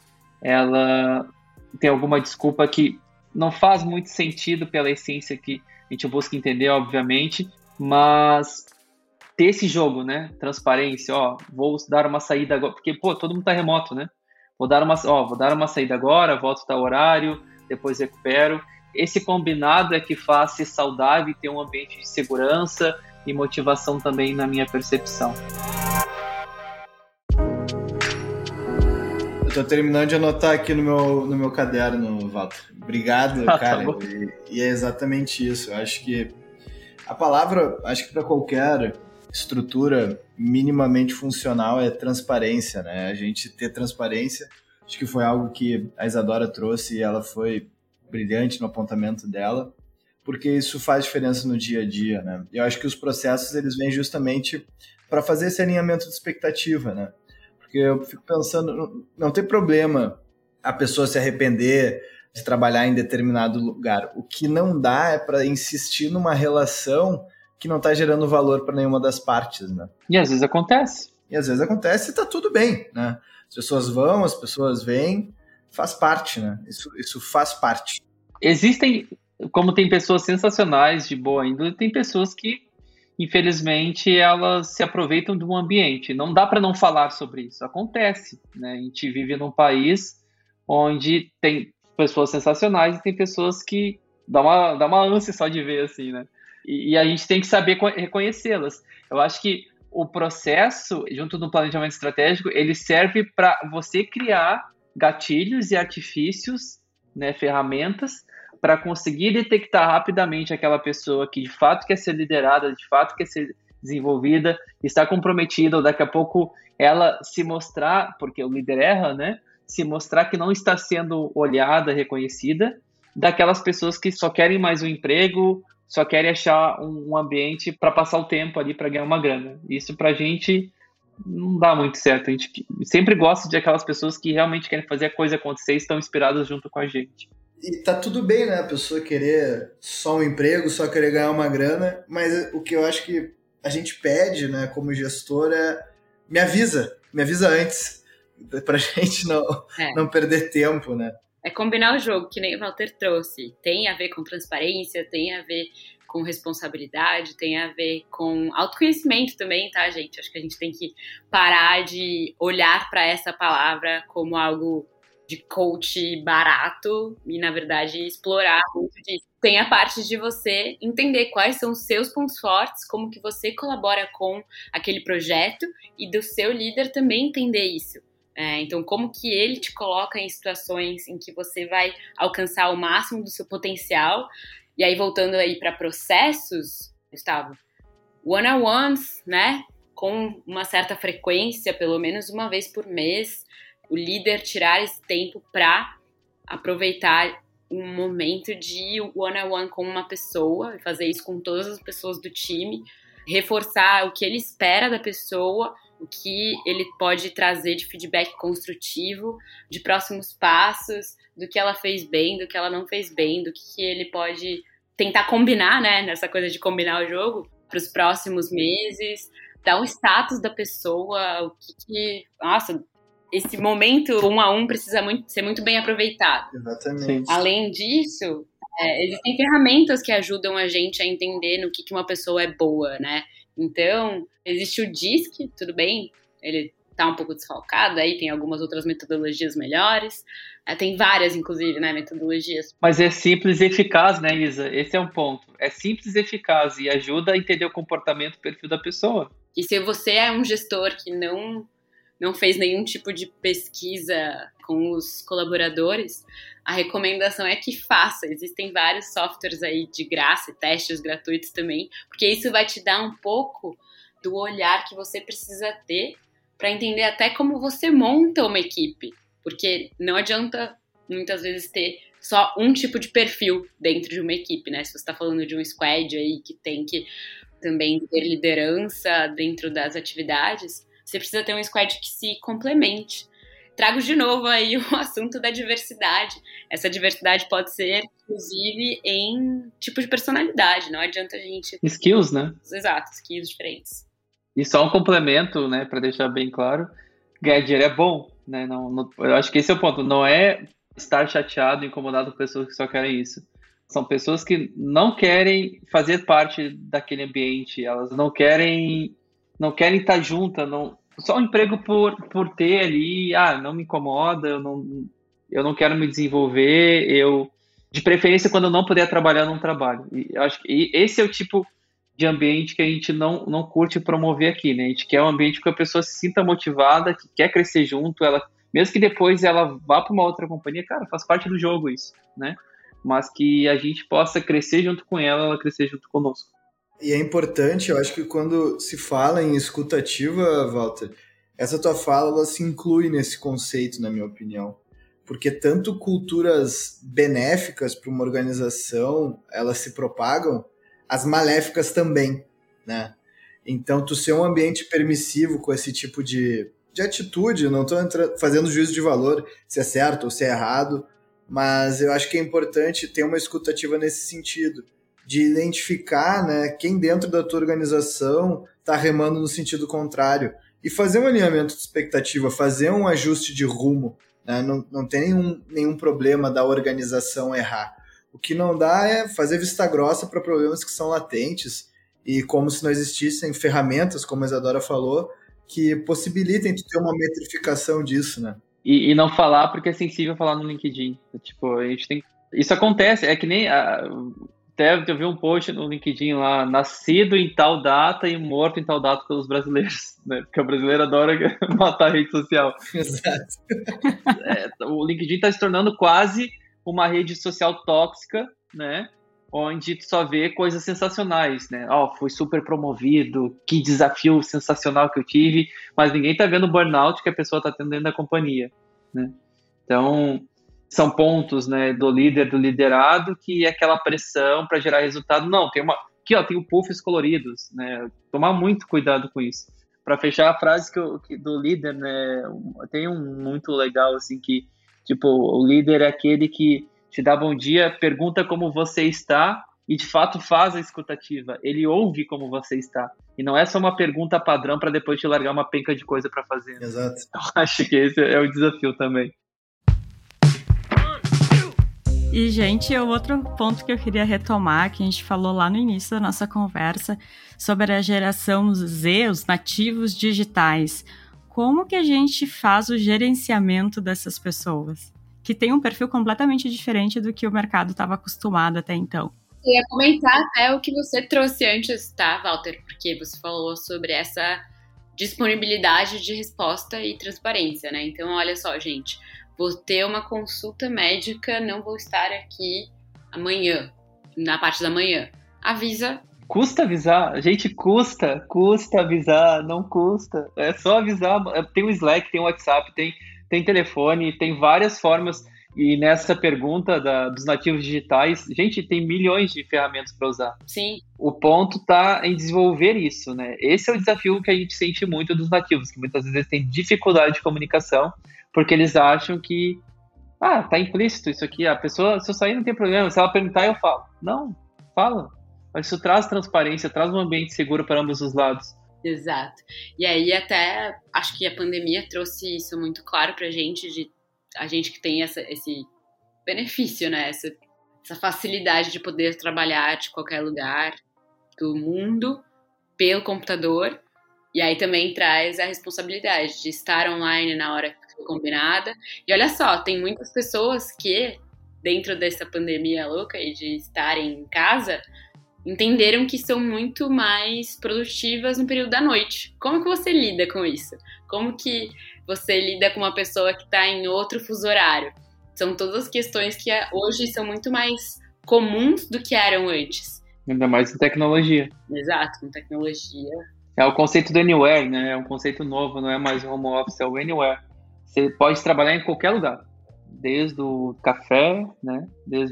ela tem alguma desculpa que não faz muito sentido pela essência que a gente busca entender, obviamente, mas ter esse jogo, né? Transparência, vou dar uma saída agora, porque, todo mundo tá remoto, né? Vou dar uma saída agora, volto tal horário, depois recupero. Esse combinado é que faz ser saudável e ter um ambiente de segurança e motivação também, na minha percepção. Eu tô terminando de anotar aqui no meu caderno, Walter. Obrigado, cara. Tá e é exatamente isso. Eu acho que a palavra, para qualquer estrutura minimamente funcional é transparência, né? A gente ter transparência, acho que foi algo que a Isadora trouxe e ela foi brilhante no apontamento dela, porque isso faz diferença no dia a dia, né? Eu acho que os processos, eles vêm justamente para fazer esse alinhamento de expectativa, né? Porque eu fico pensando, não tem problema a pessoa se arrepender de trabalhar em determinado lugar. O que não dá é para insistir numa relação que não está gerando valor para nenhuma das partes, né? E às vezes acontece. E está tudo bem, né? As pessoas vão, as pessoas vêm, faz parte, né? Isso faz parte. Existem, como tem pessoas sensacionais de boa índole, tem pessoas que, infelizmente, elas se aproveitam de um ambiente. Não dá para não falar sobre isso. Acontece, né? A gente vive num país onde tem pessoas sensacionais e tem pessoas que dá uma ânsia só de ver, assim, né? E a gente tem que saber reconhecê-las. Eu acho que o processo, junto do planejamento estratégico, ele serve para você criar gatilhos e artifícios, né, ferramentas, para conseguir detectar rapidamente aquela pessoa que de fato quer ser liderada, de fato quer ser desenvolvida, está comprometida, ou daqui a pouco ela se mostrar, porque o líder erra, né, se mostrar que não está sendo olhada, reconhecida, daquelas pessoas que só querem mais um emprego, só querem achar um ambiente para passar o tempo ali, para ganhar uma grana. Isso pra gente não dá muito certo. A gente sempre gosta de aquelas pessoas que realmente querem fazer a coisa acontecer e estão inspiradas junto com a gente. E tá tudo bem, né? A pessoa querer só um emprego, só querer ganhar uma grana, mas o que eu acho que a gente pede, né, como gestor, é me avisa antes, pra gente não perder tempo, né? É combinar o jogo, que nem o Walter trouxe. Tem a ver com transparência, tem a ver com responsabilidade, tem a ver com autoconhecimento também, tá, gente? Acho que a gente tem que parar de olhar para essa palavra como algo de coach barato e, na verdade, explorar muito disso. Tem a parte de você entender quais são os seus pontos fortes, como que você colabora com aquele projeto e do seu líder também entender isso. Então, como que ele te coloca em situações em que você vai alcançar o máximo do seu potencial. E aí, voltando aí para processos, Gustavo, one-on-ones, né? Com uma certa frequência, pelo menos uma vez por mês, o líder tirar esse tempo para aproveitar um momento de one-on-one com uma pessoa, e fazer isso com todas as pessoas do time, reforçar o que ele espera da pessoa, o que ele pode trazer de feedback construtivo, de próximos passos, do que ela fez bem, do que ela não fez bem, do que ele pode tentar combinar, né, nessa coisa de combinar o jogo, para os próximos meses, dar um status da pessoa, o que nossa, esse momento 1-a-1 precisa ser muito bem aproveitado. Exatamente. Além disso, existem ferramentas que ajudam a gente a entender no que uma pessoa é boa, né? Então, existe o DISC, tudo bem, ele tá um pouco desfalcado, aí tem algumas outras metodologias melhores, tem várias, inclusive, né, metodologias. Mas é simples e eficaz, né, Isa? Esse é um ponto. É simples e eficaz e ajuda a entender o comportamento, o perfil da pessoa. E se você é um gestor que não fez nenhum tipo de pesquisa com os colaboradores, a recomendação é que faça. Existem vários softwares aí de graça, testes gratuitos também, porque isso vai te dar um pouco do olhar que você precisa ter para entender até como você monta uma equipe. Porque não adianta, muitas vezes, ter só um tipo de perfil dentro de uma equipe, né? Se você está falando de um squad aí que tem que também ter liderança dentro das atividades, você precisa ter um squad que se complemente. Trago de novo aí o assunto da diversidade. Essa diversidade pode ser, inclusive, em tipo de personalidade. Não adianta a gente... Skills, né? Exato, skills diferentes. E só um complemento, né, para deixar bem claro, ganhar dinheiro é bom, né? Eu acho que esse é o ponto. Não é estar chateado, incomodado com pessoas que só querem isso. São pessoas que não querem fazer parte daquele ambiente. Elas não querem estar juntas, só um emprego por ter ali, não me incomoda, eu não quero me desenvolver, de preferência, quando eu não puder trabalhar, eu não trabalho. E eu acho que esse é o tipo de ambiente que a gente não curte promover aqui, né? A gente quer um ambiente que a pessoa se sinta motivada, que quer crescer junto, mesmo que depois ela vá para uma outra companhia, cara, faz parte do jogo isso, né? Mas que a gente possa crescer junto com ela crescer junto conosco. E é importante, eu acho que quando se fala em escuta ativa, Walter, essa tua fala ela se inclui nesse conceito, na minha opinião. Porque tanto culturas benéficas para uma organização, elas se propagam, as maléficas também, né? Então, tu ser um ambiente permissivo com esse tipo de atitude, eu não estou fazendo juízo de valor, se é certo ou se é errado, mas eu acho que é importante ter uma escuta ativa nesse sentido, de identificar, né, quem dentro da tua organização está remando no sentido contrário e fazer um alinhamento de expectativa, fazer um ajuste de rumo, né? Não tem nenhum problema da organização errar. O que não dá é fazer vista grossa para problemas que são latentes e como se não existissem ferramentas, como a Isadora falou, que possibilitem tu ter uma metrificação disso, né? E não falar porque é sensível falar no LinkedIn. Tipo, a gente tem... Isso acontece, é que nem... Até eu vi um post no LinkedIn lá, nascido em tal data e morto em tal data pelos brasileiros, né? Porque o brasileiro adora matar a rede social. Exato. O LinkedIn está se tornando quase uma rede social tóxica, né? Onde tu só vê coisas sensacionais, né? Fui super promovido, que desafio sensacional que eu tive, mas ninguém tá vendo o burnout que a pessoa tá tendo dentro da companhia, né? Então, são pontos, né, do líder, do liderado, que é aquela pressão para gerar resultado. Não, tem tem puffs coloridos, né? Tomar muito cuidado com isso. Para fechar a frase do líder, né, tem um muito legal, assim, que, tipo, o líder é aquele que te dá bom dia, pergunta como você está e, de fato, faz a escutativa. Ele ouve como você está. E não é só uma pergunta padrão para depois te largar uma penca de coisa para fazer. Exato. Então, acho que esse é o desafio também. E, gente, o outro ponto que eu queria retomar, que a gente falou lá no início da nossa conversa, sobre a geração Z, os nativos digitais. Como que a gente faz o gerenciamento dessas pessoas? Que tem um perfil completamente diferente do que o mercado estava acostumado até então. Eu ia comentar até o que você trouxe antes, tá, Walter? Porque você falou sobre essa disponibilidade de resposta e transparência, né? Então, olha só, gente, vou ter uma consulta médica, não vou estar aqui amanhã, na parte da manhã. Avisa. Custa avisar? Gente, custa avisar, não custa. É só avisar. Tem o Slack, tem o WhatsApp, tem telefone, tem várias formas. E nessa pergunta dos nativos digitais, gente, tem milhões de ferramentas para usar. Sim. O ponto está em desenvolver isso, né? Esse é o desafio que a gente sente muito dos nativos, que muitas vezes têm dificuldade de comunicação, porque eles acham que, tá implícito isso aqui, a pessoa, se eu sair não tem problema, se ela perguntar eu falo. Não, fala. Mas isso traz transparência, traz um ambiente seguro para ambos os lados. Exato. E aí até, acho que a pandemia trouxe isso muito claro pra gente, a gente que tem esse benefício, né? Essa facilidade de poder trabalhar de qualquer lugar do mundo pelo computador. E aí também traz a responsabilidade de estar online na hora que foi combinada. E olha só, tem muitas pessoas que, dentro dessa pandemia louca e de estarem em casa, entenderam que são muito mais produtivas no período da noite. Como que você lida com isso? Como que você lida com uma pessoa que está em outro fuso horário? São todas questões que hoje são muito mais comuns do que eram antes. Ainda mais em tecnologia. Exato, com tecnologia. É o conceito do anywhere, né? É um conceito novo, não é mais home office, é o anywhere. Você pode trabalhar em qualquer lugar. Desde o café, né?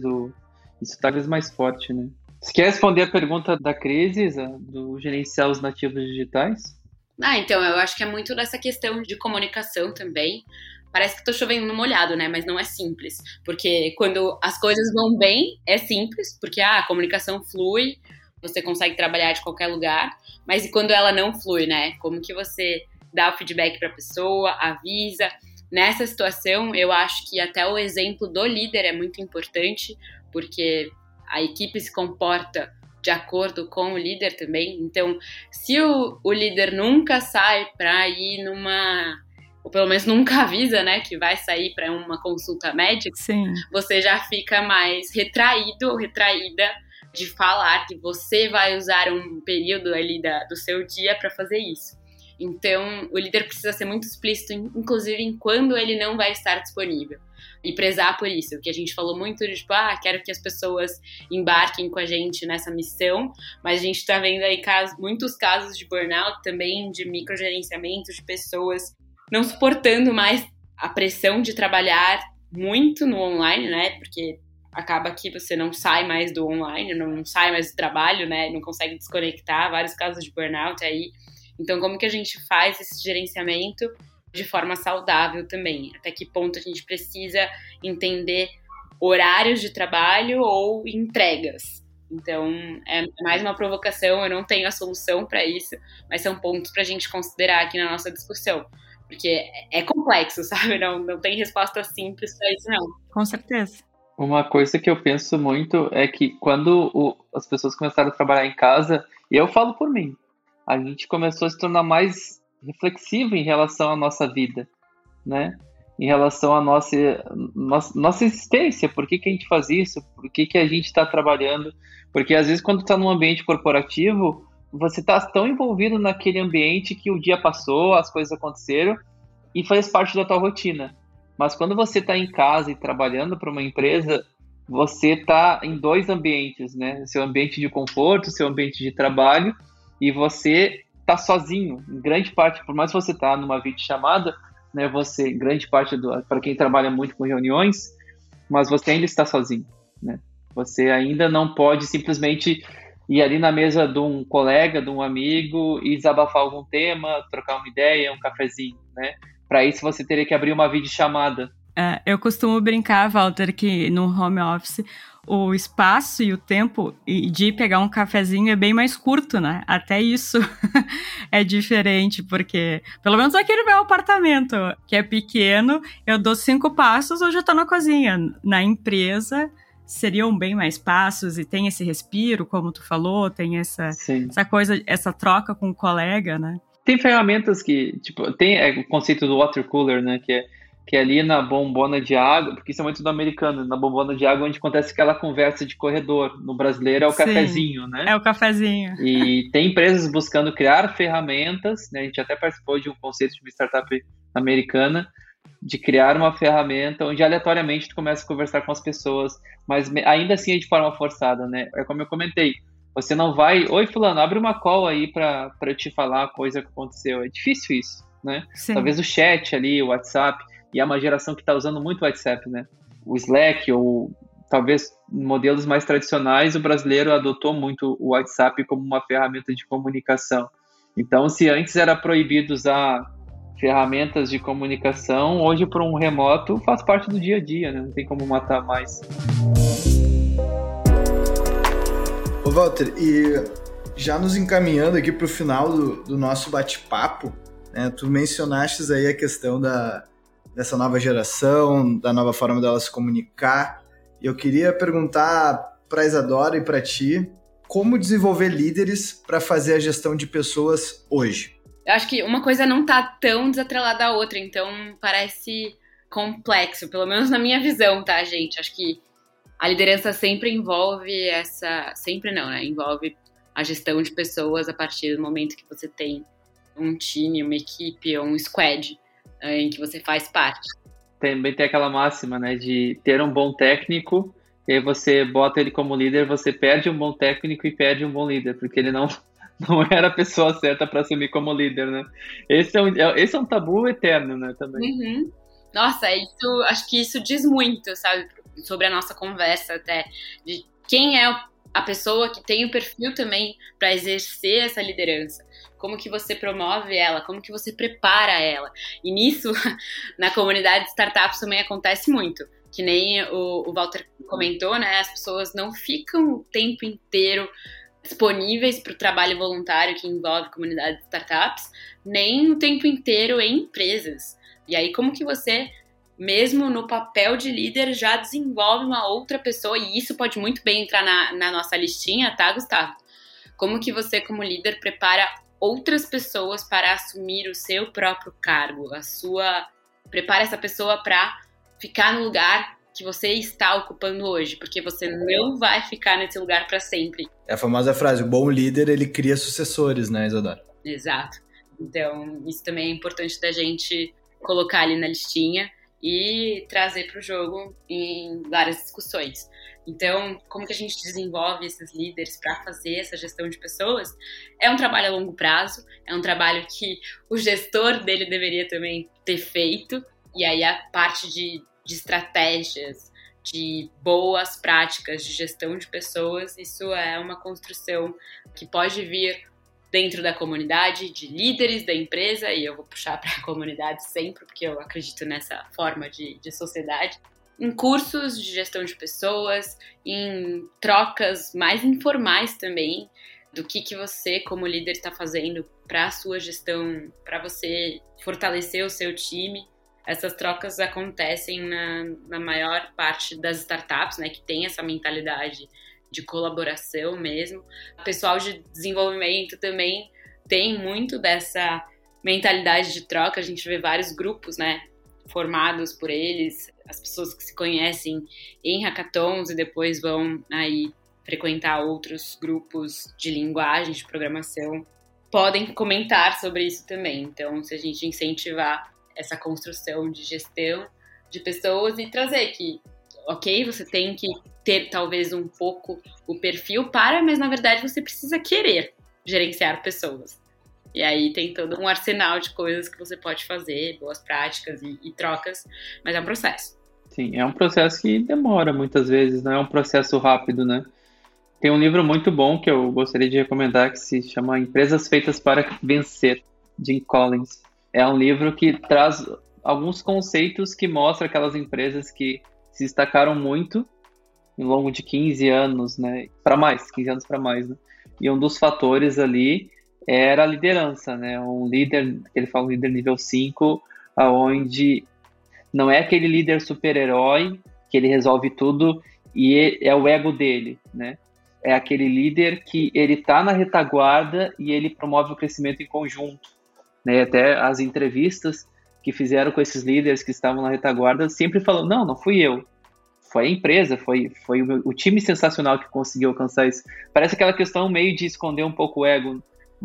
Isso está cada vez mais forte, né? Você quer responder a pergunta da Cris, Isa, do gerenciar os nativos digitais? Então, eu acho que é muito dessa questão de comunicação também. Parece que tô chovendo no molhado, né? Mas não é simples. Porque quando as coisas vão bem, é simples. Porque a comunicação flui, você consegue trabalhar de qualquer lugar. Mas e quando ela não flui, né? Como que você dá o feedback para a pessoa, avisa? Nessa situação, eu acho que até o exemplo do líder é muito importante. Porque a equipe se comporta de acordo com o líder também. Então, se o líder nunca sai para ir ou pelo menos nunca avisa, né, que vai sair para uma consulta médica, Sim. Você já fica mais retraído ou retraída de falar que você vai usar um período ali do seu dia para fazer isso. Então, o líder precisa ser muito explícito, inclusive em quando ele não vai estar disponível. E prezar por isso, que a gente falou muito de, quero que as pessoas embarquem com a gente nessa missão, mas a gente está vendo aí muitos casos de burnout também, de microgerenciamento, de pessoas não suportando mais a pressão de trabalhar muito no online, né? Porque acaba que você não sai mais do online, não sai mais do trabalho, né? Não consegue desconectar, vários casos de burnout aí. Então, como que a gente faz esse gerenciamento de forma saudável também? Até que ponto a gente precisa entender horários de trabalho ou entregas? Então, é mais uma provocação, eu não tenho a solução para isso, mas são pontos para a gente considerar aqui na nossa discussão. Porque é complexo, sabe? Não tem resposta simples para isso, não. Com certeza. Uma coisa que eu penso muito é que quando as pessoas começaram a trabalhar em casa, e eu falo por mim, a gente começou a se tornar mais reflexivo em relação à nossa vida, né? em relação à nossa existência. Por que a gente faz isso? Por que a gente está trabalhando? Porque às vezes quando está num ambiente corporativo, você está tão envolvido naquele ambiente que o dia passou, as coisas aconteceram e faz parte da tua rotina. Mas quando você está em casa e trabalhando para uma empresa, você está em dois ambientes, né? Seu ambiente de conforto, seu ambiente de trabalho, e você está sozinho. Em grande parte, por mais que você está numa videochamada, né? Você, grande parte para quem trabalha muito com reuniões, mas você ainda está sozinho, né? Você ainda não pode simplesmente ir ali na mesa de um colega, de um amigo e desabafar algum tema, trocar uma ideia, um cafezinho, né? Para isso você teria que abrir uma videochamada. Eu costumo brincar, Walter, que no home office o espaço e o tempo de pegar um cafezinho é bem mais curto, né? Até isso é diferente, porque, pelo menos aqui no meu apartamento, que é pequeno, eu dou 5 passos, eu já tô na cozinha. Na empresa seriam bem mais passos e tem esse respiro, como tu falou, tem essa coisa, essa troca com o colega, né? Tem ferramentas que, tipo, tem o conceito do water cooler, né, que é ali na bombona de água, porque isso é muito do americano, na bombona de água onde acontece aquela conversa de corredor. No brasileiro é o cafezinho, né? É o cafezinho. E tem empresas buscando criar ferramentas, né? A gente até participou de um conceito de uma startup americana, de criar uma ferramenta onde aleatoriamente tu começa a conversar com as pessoas, mas ainda assim é de forma forçada, né? É como eu comentei, você não vai, oi fulano, abre uma call aí para eu te falar a coisa que aconteceu. É difícil isso, né? Sim. Talvez o chat ali, o WhatsApp, e é uma geração que está usando muito o WhatsApp, né? O Slack, ou talvez modelos mais tradicionais, o brasileiro adotou muito o WhatsApp como uma ferramenta de comunicação. Então, se antes era proibido usar ferramentas de comunicação, hoje para um remoto faz parte do dia a dia, né? Não tem como matar mais. Ô Walter, e já nos encaminhando aqui para o final do nosso bate-papo, né, tu mencionaste aí a questão dessa nova geração, da nova forma dela se comunicar, e eu queria perguntar para a Isadora e para ti, como desenvolver líderes para fazer a gestão de pessoas hoje? Eu acho que uma coisa não tá tão desatrelada da outra, então parece complexo, pelo menos na minha visão, tá, gente? Acho que a liderança sempre envolve sempre não, né? Envolve a gestão de pessoas a partir do momento que você tem um time, uma equipe ou um squad em que você faz parte. Também tem aquela máxima, né, de ter um bom técnico, e aí você bota ele como líder, você perde um bom técnico e perde um bom líder, porque ele não era a pessoa certa para assumir como líder, né? Esse é um tabu eterno, né, também. Uhum. Nossa, acho que isso diz muito, sabe, sobre a nossa conversa até, de quem é a pessoa que tem o perfil também para exercer essa liderança. Como que você promove ela, como que você prepara ela. E nisso, na comunidade de startups também acontece muito. Que nem o Walter comentou, né? As pessoas não ficam o tempo inteiro disponíveis para o trabalho voluntário que envolve comunidade de startups, nem o tempo inteiro em empresas. E aí, como que você, mesmo no papel de líder, já desenvolve uma outra pessoa? E isso pode muito bem entrar na nossa listinha, tá, Gustavo? Como que você, como líder, prepara outras pessoas para assumir o seu próprio cargo, prepara essa pessoa para ficar no lugar que você está ocupando hoje, porque você não vai ficar nesse lugar para sempre. É a famosa frase, o bom líder, ele cria sucessores, né, Isadora? Exato. Então, isso também é importante da gente colocar ali na listinha e trazer para o jogo em várias discussões. Então, como que a gente desenvolve esses líderes para fazer essa gestão de pessoas? É um trabalho a longo prazo, é um trabalho que o gestor dele deveria também ter feito, e aí a parte de estratégias, de boas práticas de gestão de pessoas, isso é uma construção que pode vir dentro da comunidade, de líderes da empresa, e eu vou puxar para a comunidade sempre, porque eu acredito nessa forma de sociedade, em cursos de gestão de pessoas, em trocas mais informais também, do que você, como líder, está fazendo para a sua gestão, para você fortalecer o seu time. Essas trocas acontecem na maior parte das startups, né, que tem essa mentalidade de colaboração mesmo. O pessoal de desenvolvimento também tem muito dessa mentalidade de troca. A gente vê vários grupos, né, formados por eles, as pessoas que se conhecem em hackathons e depois vão aí frequentar outros grupos de linguagem, de programação, podem comentar sobre isso também. Então, se a gente incentivar essa construção de gestão de pessoas e trazer que, ok, você tem que ter talvez um pouco o perfil mas na verdade você precisa querer gerenciar pessoas. E aí tem todo um arsenal de coisas que você pode fazer, boas práticas e trocas, mas é um processo. Sim, é um processo que demora muitas vezes, não é um processo rápido, né? Tem um livro muito bom que eu gostaria de recomendar que se chama Empresas Feitas para Vencer, Jim Collins. É um livro que traz alguns conceitos que mostram aquelas empresas que se destacaram muito ao longo de 15 anos, né? 15 anos para mais, né? E um dos fatores ali era a liderança, né? Um líder, ele fala um líder nível 5, onde não é aquele líder super-herói que ele resolve tudo e é o ego dele, né? É aquele líder que ele está na retaguarda e ele promove o crescimento em conjunto, né? Até as entrevistas que fizeram com esses líderes que estavam na retaguarda sempre falam, não fui eu, foi a empresa, foi o time sensacional que conseguiu alcançar isso. Parece aquela questão meio de esconder um pouco o ego,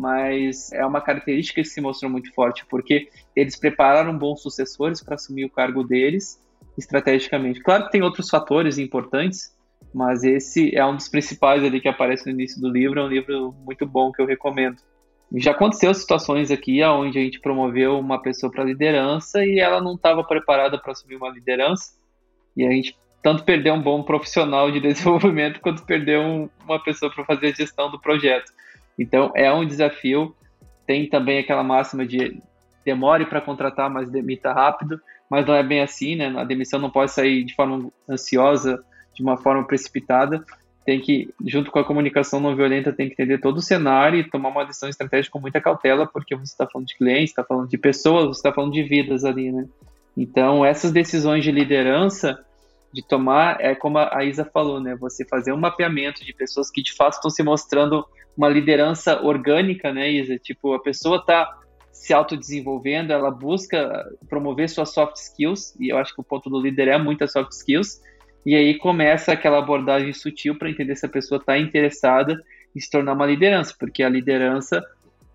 mas é uma característica que se mostrou muito forte, porque eles prepararam bons sucessores para assumir o cargo deles estrategicamente. Claro que tem outros fatores importantes, mas esse é um dos principais ali que aparece no início do livro, é um livro muito bom que eu recomendo. Já aconteceu situações aqui onde a gente promoveu uma pessoa para liderança e ela não estava preparada para assumir uma liderança, e a gente tanto perdeu um bom profissional de desenvolvimento quanto perdeu uma pessoa para fazer a gestão do projeto. Então é um desafio. Tem também aquela máxima de demore para contratar, mas demita rápido, mas não é bem assim, né? A demissão não pode sair de forma ansiosa, de uma forma precipitada. Tem que, junto com a comunicação não violenta, tem que entender todo o cenário e tomar uma decisão estratégica com muita cautela, porque você está falando de clientes, está falando de pessoas, você está falando de vidas ali, né? Então, essas decisões de liderança, de tomar, é como a Isa falou, né? Você fazer um mapeamento de pessoas que, de fato, estão se mostrando uma liderança orgânica, né, Isa? Tipo, a pessoa está se autodesenvolvendo, ela busca promover suas soft skills, e eu acho que o ponto do líder é muitas soft skills, e aí começa aquela abordagem sutil para entender se a pessoa está interessada em se tornar uma liderança, porque a liderança,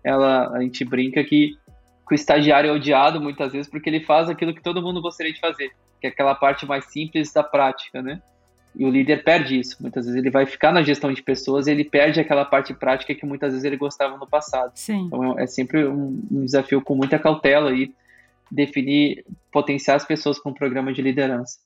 a gente brinca que o estagiário é odiado muitas vezes porque ele faz aquilo que todo mundo gostaria de fazer, que é aquela parte mais simples da prática, né? E o líder perde isso. Muitas vezes ele vai ficar na gestão de pessoas e ele perde aquela parte prática que muitas vezes ele gostava no passado. Sim. Então é sempre um desafio com muita cautela aí definir, potenciar as pessoas com um programa de liderança.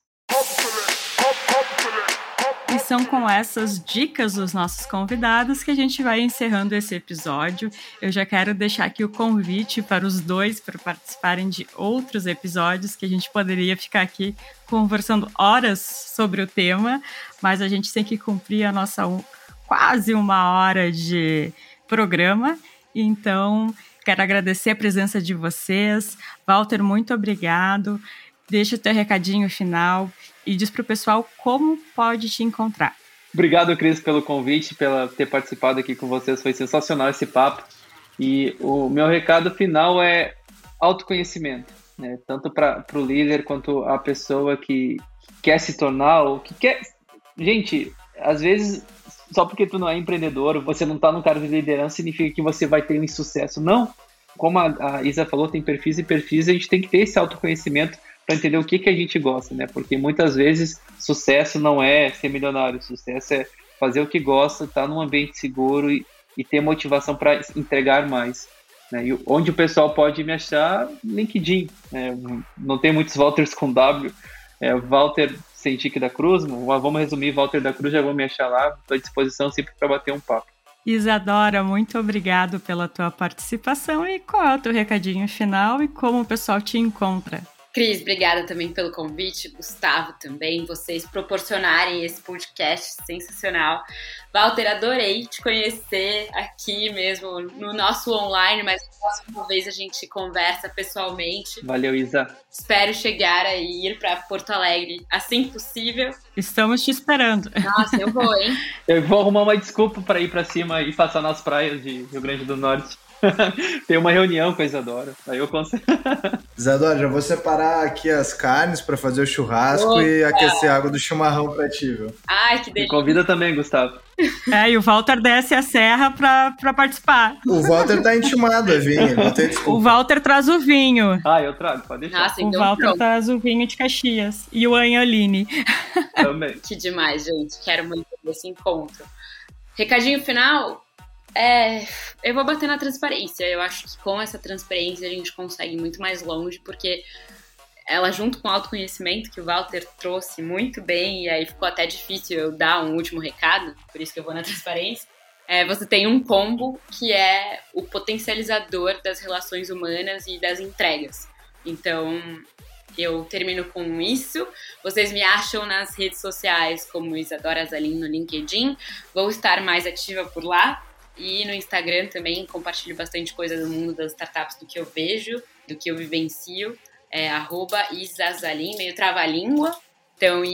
E são com essas dicas dos nossos convidados que a gente vai encerrando esse episódio. Eu já quero deixar aqui o convite para os dois para participarem de outros episódios, que a gente poderia ficar aqui conversando horas sobre o tema, mas a gente tem que cumprir a nossa quase 1 hora de programa. Então, quero agradecer a presença de vocês. Walter, muito obrigado. Deixa o teu recadinho final e diz para o pessoal como pode te encontrar. Obrigado, Cris, pelo convite, pela ter participado aqui com vocês. Foi sensacional esse papo. E o meu recado final é autoconhecimento, né? Tanto para o líder quanto a pessoa que quer se tornar ou que quer... Gente, às vezes, só porque tu não é empreendedor, você não está no cargo de liderança, significa que você vai ter um insucesso. Não. Como a Isa falou, tem perfis e perfis, a gente tem que ter esse autoconhecimento para entender o que a gente gosta, né? Porque muitas vezes sucesso não é ser milionário, sucesso é fazer o que gosta, estar num ambiente seguro e ter motivação para entregar mais, né? E onde o pessoal pode me achar, LinkedIn, né? Não tem muitos Walters com W, Walter Sentic da Cruz, vamos resumir, Walter da Cruz, já vão me achar lá, estou à disposição sempre para bater um papo. Isadora, muito obrigado pela tua participação e qual é o teu recadinho final e como o pessoal te encontra? Cris, obrigada também pelo convite, Gustavo também, vocês proporcionarem esse podcast sensacional. Walter, adorei te conhecer aqui mesmo no nosso online, mas na próxima vez a gente conversa pessoalmente. Valeu, Isa. Espero chegar a ir para Porto Alegre assim que possível. Estamos te esperando. Nossa, eu vou, hein? Eu vou arrumar uma desculpa para ir para cima e passar nas praias de Rio Grande do Norte. Tem uma reunião com a Isadora. Aí eu consigo. Isadora, já vou separar aqui as carnes para fazer o churrasco e aquecer a água do chimarrão pra ti, viu? Ai, que Me delícia. convida também, Gustavo. E o Walter desce a serra pra participar. O Walter tá intimado a vir, não tem desculpa. O Walter traz o vinho. Eu trago, pode deixar. Nossa, O então Walter pronto. traz o vinho de Caxias. E o Anholine. Também. Que demais, gente. Quero muito esse encontro. Recadinho final, eu vou bater na transparência. Eu acho que com essa transparência a gente consegue muito mais longe, porque ela, junto com o autoconhecimento que o Walter trouxe muito bem, e aí ficou até difícil eu dar um último recado, por isso que eu vou na transparência, você tem um combo que é o potencializador das relações humanas e das entregas. Então, eu termino com isso. Vocês me acham nas redes sociais como Isadora Zalim no LinkedIn. Vou estar mais ativa por lá. E no Instagram também compartilho bastante coisa do mundo das startups, do que eu vejo, do que eu vivencio. @isazalim, meio trava-língua. Então,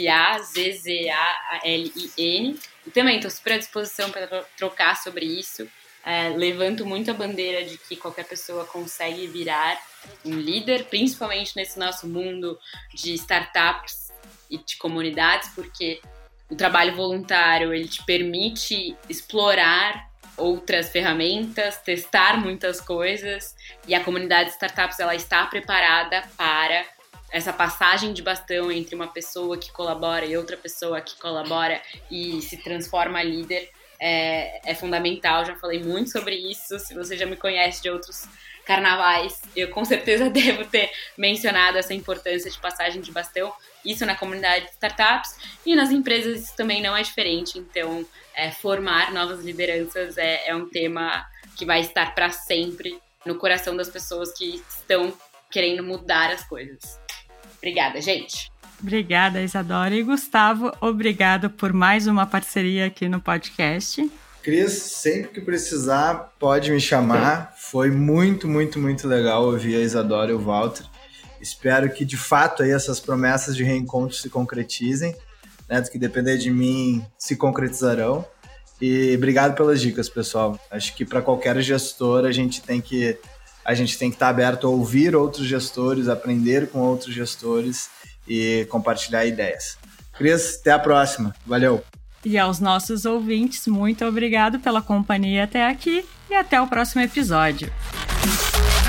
ISAZZALIN. E também estou super à disposição para trocar sobre isso. Levanto muito a bandeira de que qualquer pessoa consegue virar um líder, principalmente nesse nosso mundo de startups e de comunidades, porque o trabalho voluntário ele te permite explorar outras ferramentas, testar muitas coisas, e a comunidade de startups ela está preparada para essa passagem de bastão entre uma pessoa que colabora e outra pessoa que colabora e se transforma líder. É fundamental, já falei muito sobre isso. Se você já me conhece de outros carnavais, eu com certeza devo ter mencionado essa importância de passagem de bastão, isso na comunidade de startups, e nas empresas isso também não é diferente. Então, formar novas lideranças é um tema que vai estar para sempre no coração das pessoas que estão querendo mudar as coisas. Obrigada, gente! Obrigada, Isadora. E Gustavo, obrigado por mais uma parceria aqui no podcast. Cris, sempre que precisar, pode me chamar. Foi muito, muito, muito legal ouvir a Isadora e o Walter. Espero que, de fato, aí essas promessas de reencontro se concretizem, né? Do que depender de mim, se concretizarão. E obrigado pelas dicas, pessoal. Acho que para qualquer gestor, a gente tem que estar aberto a ouvir outros gestores, aprender com outros gestores e compartilhar ideias. Cris, até a próxima. Valeu! E aos nossos ouvintes, muito obrigado pela companhia até aqui e até o próximo episódio.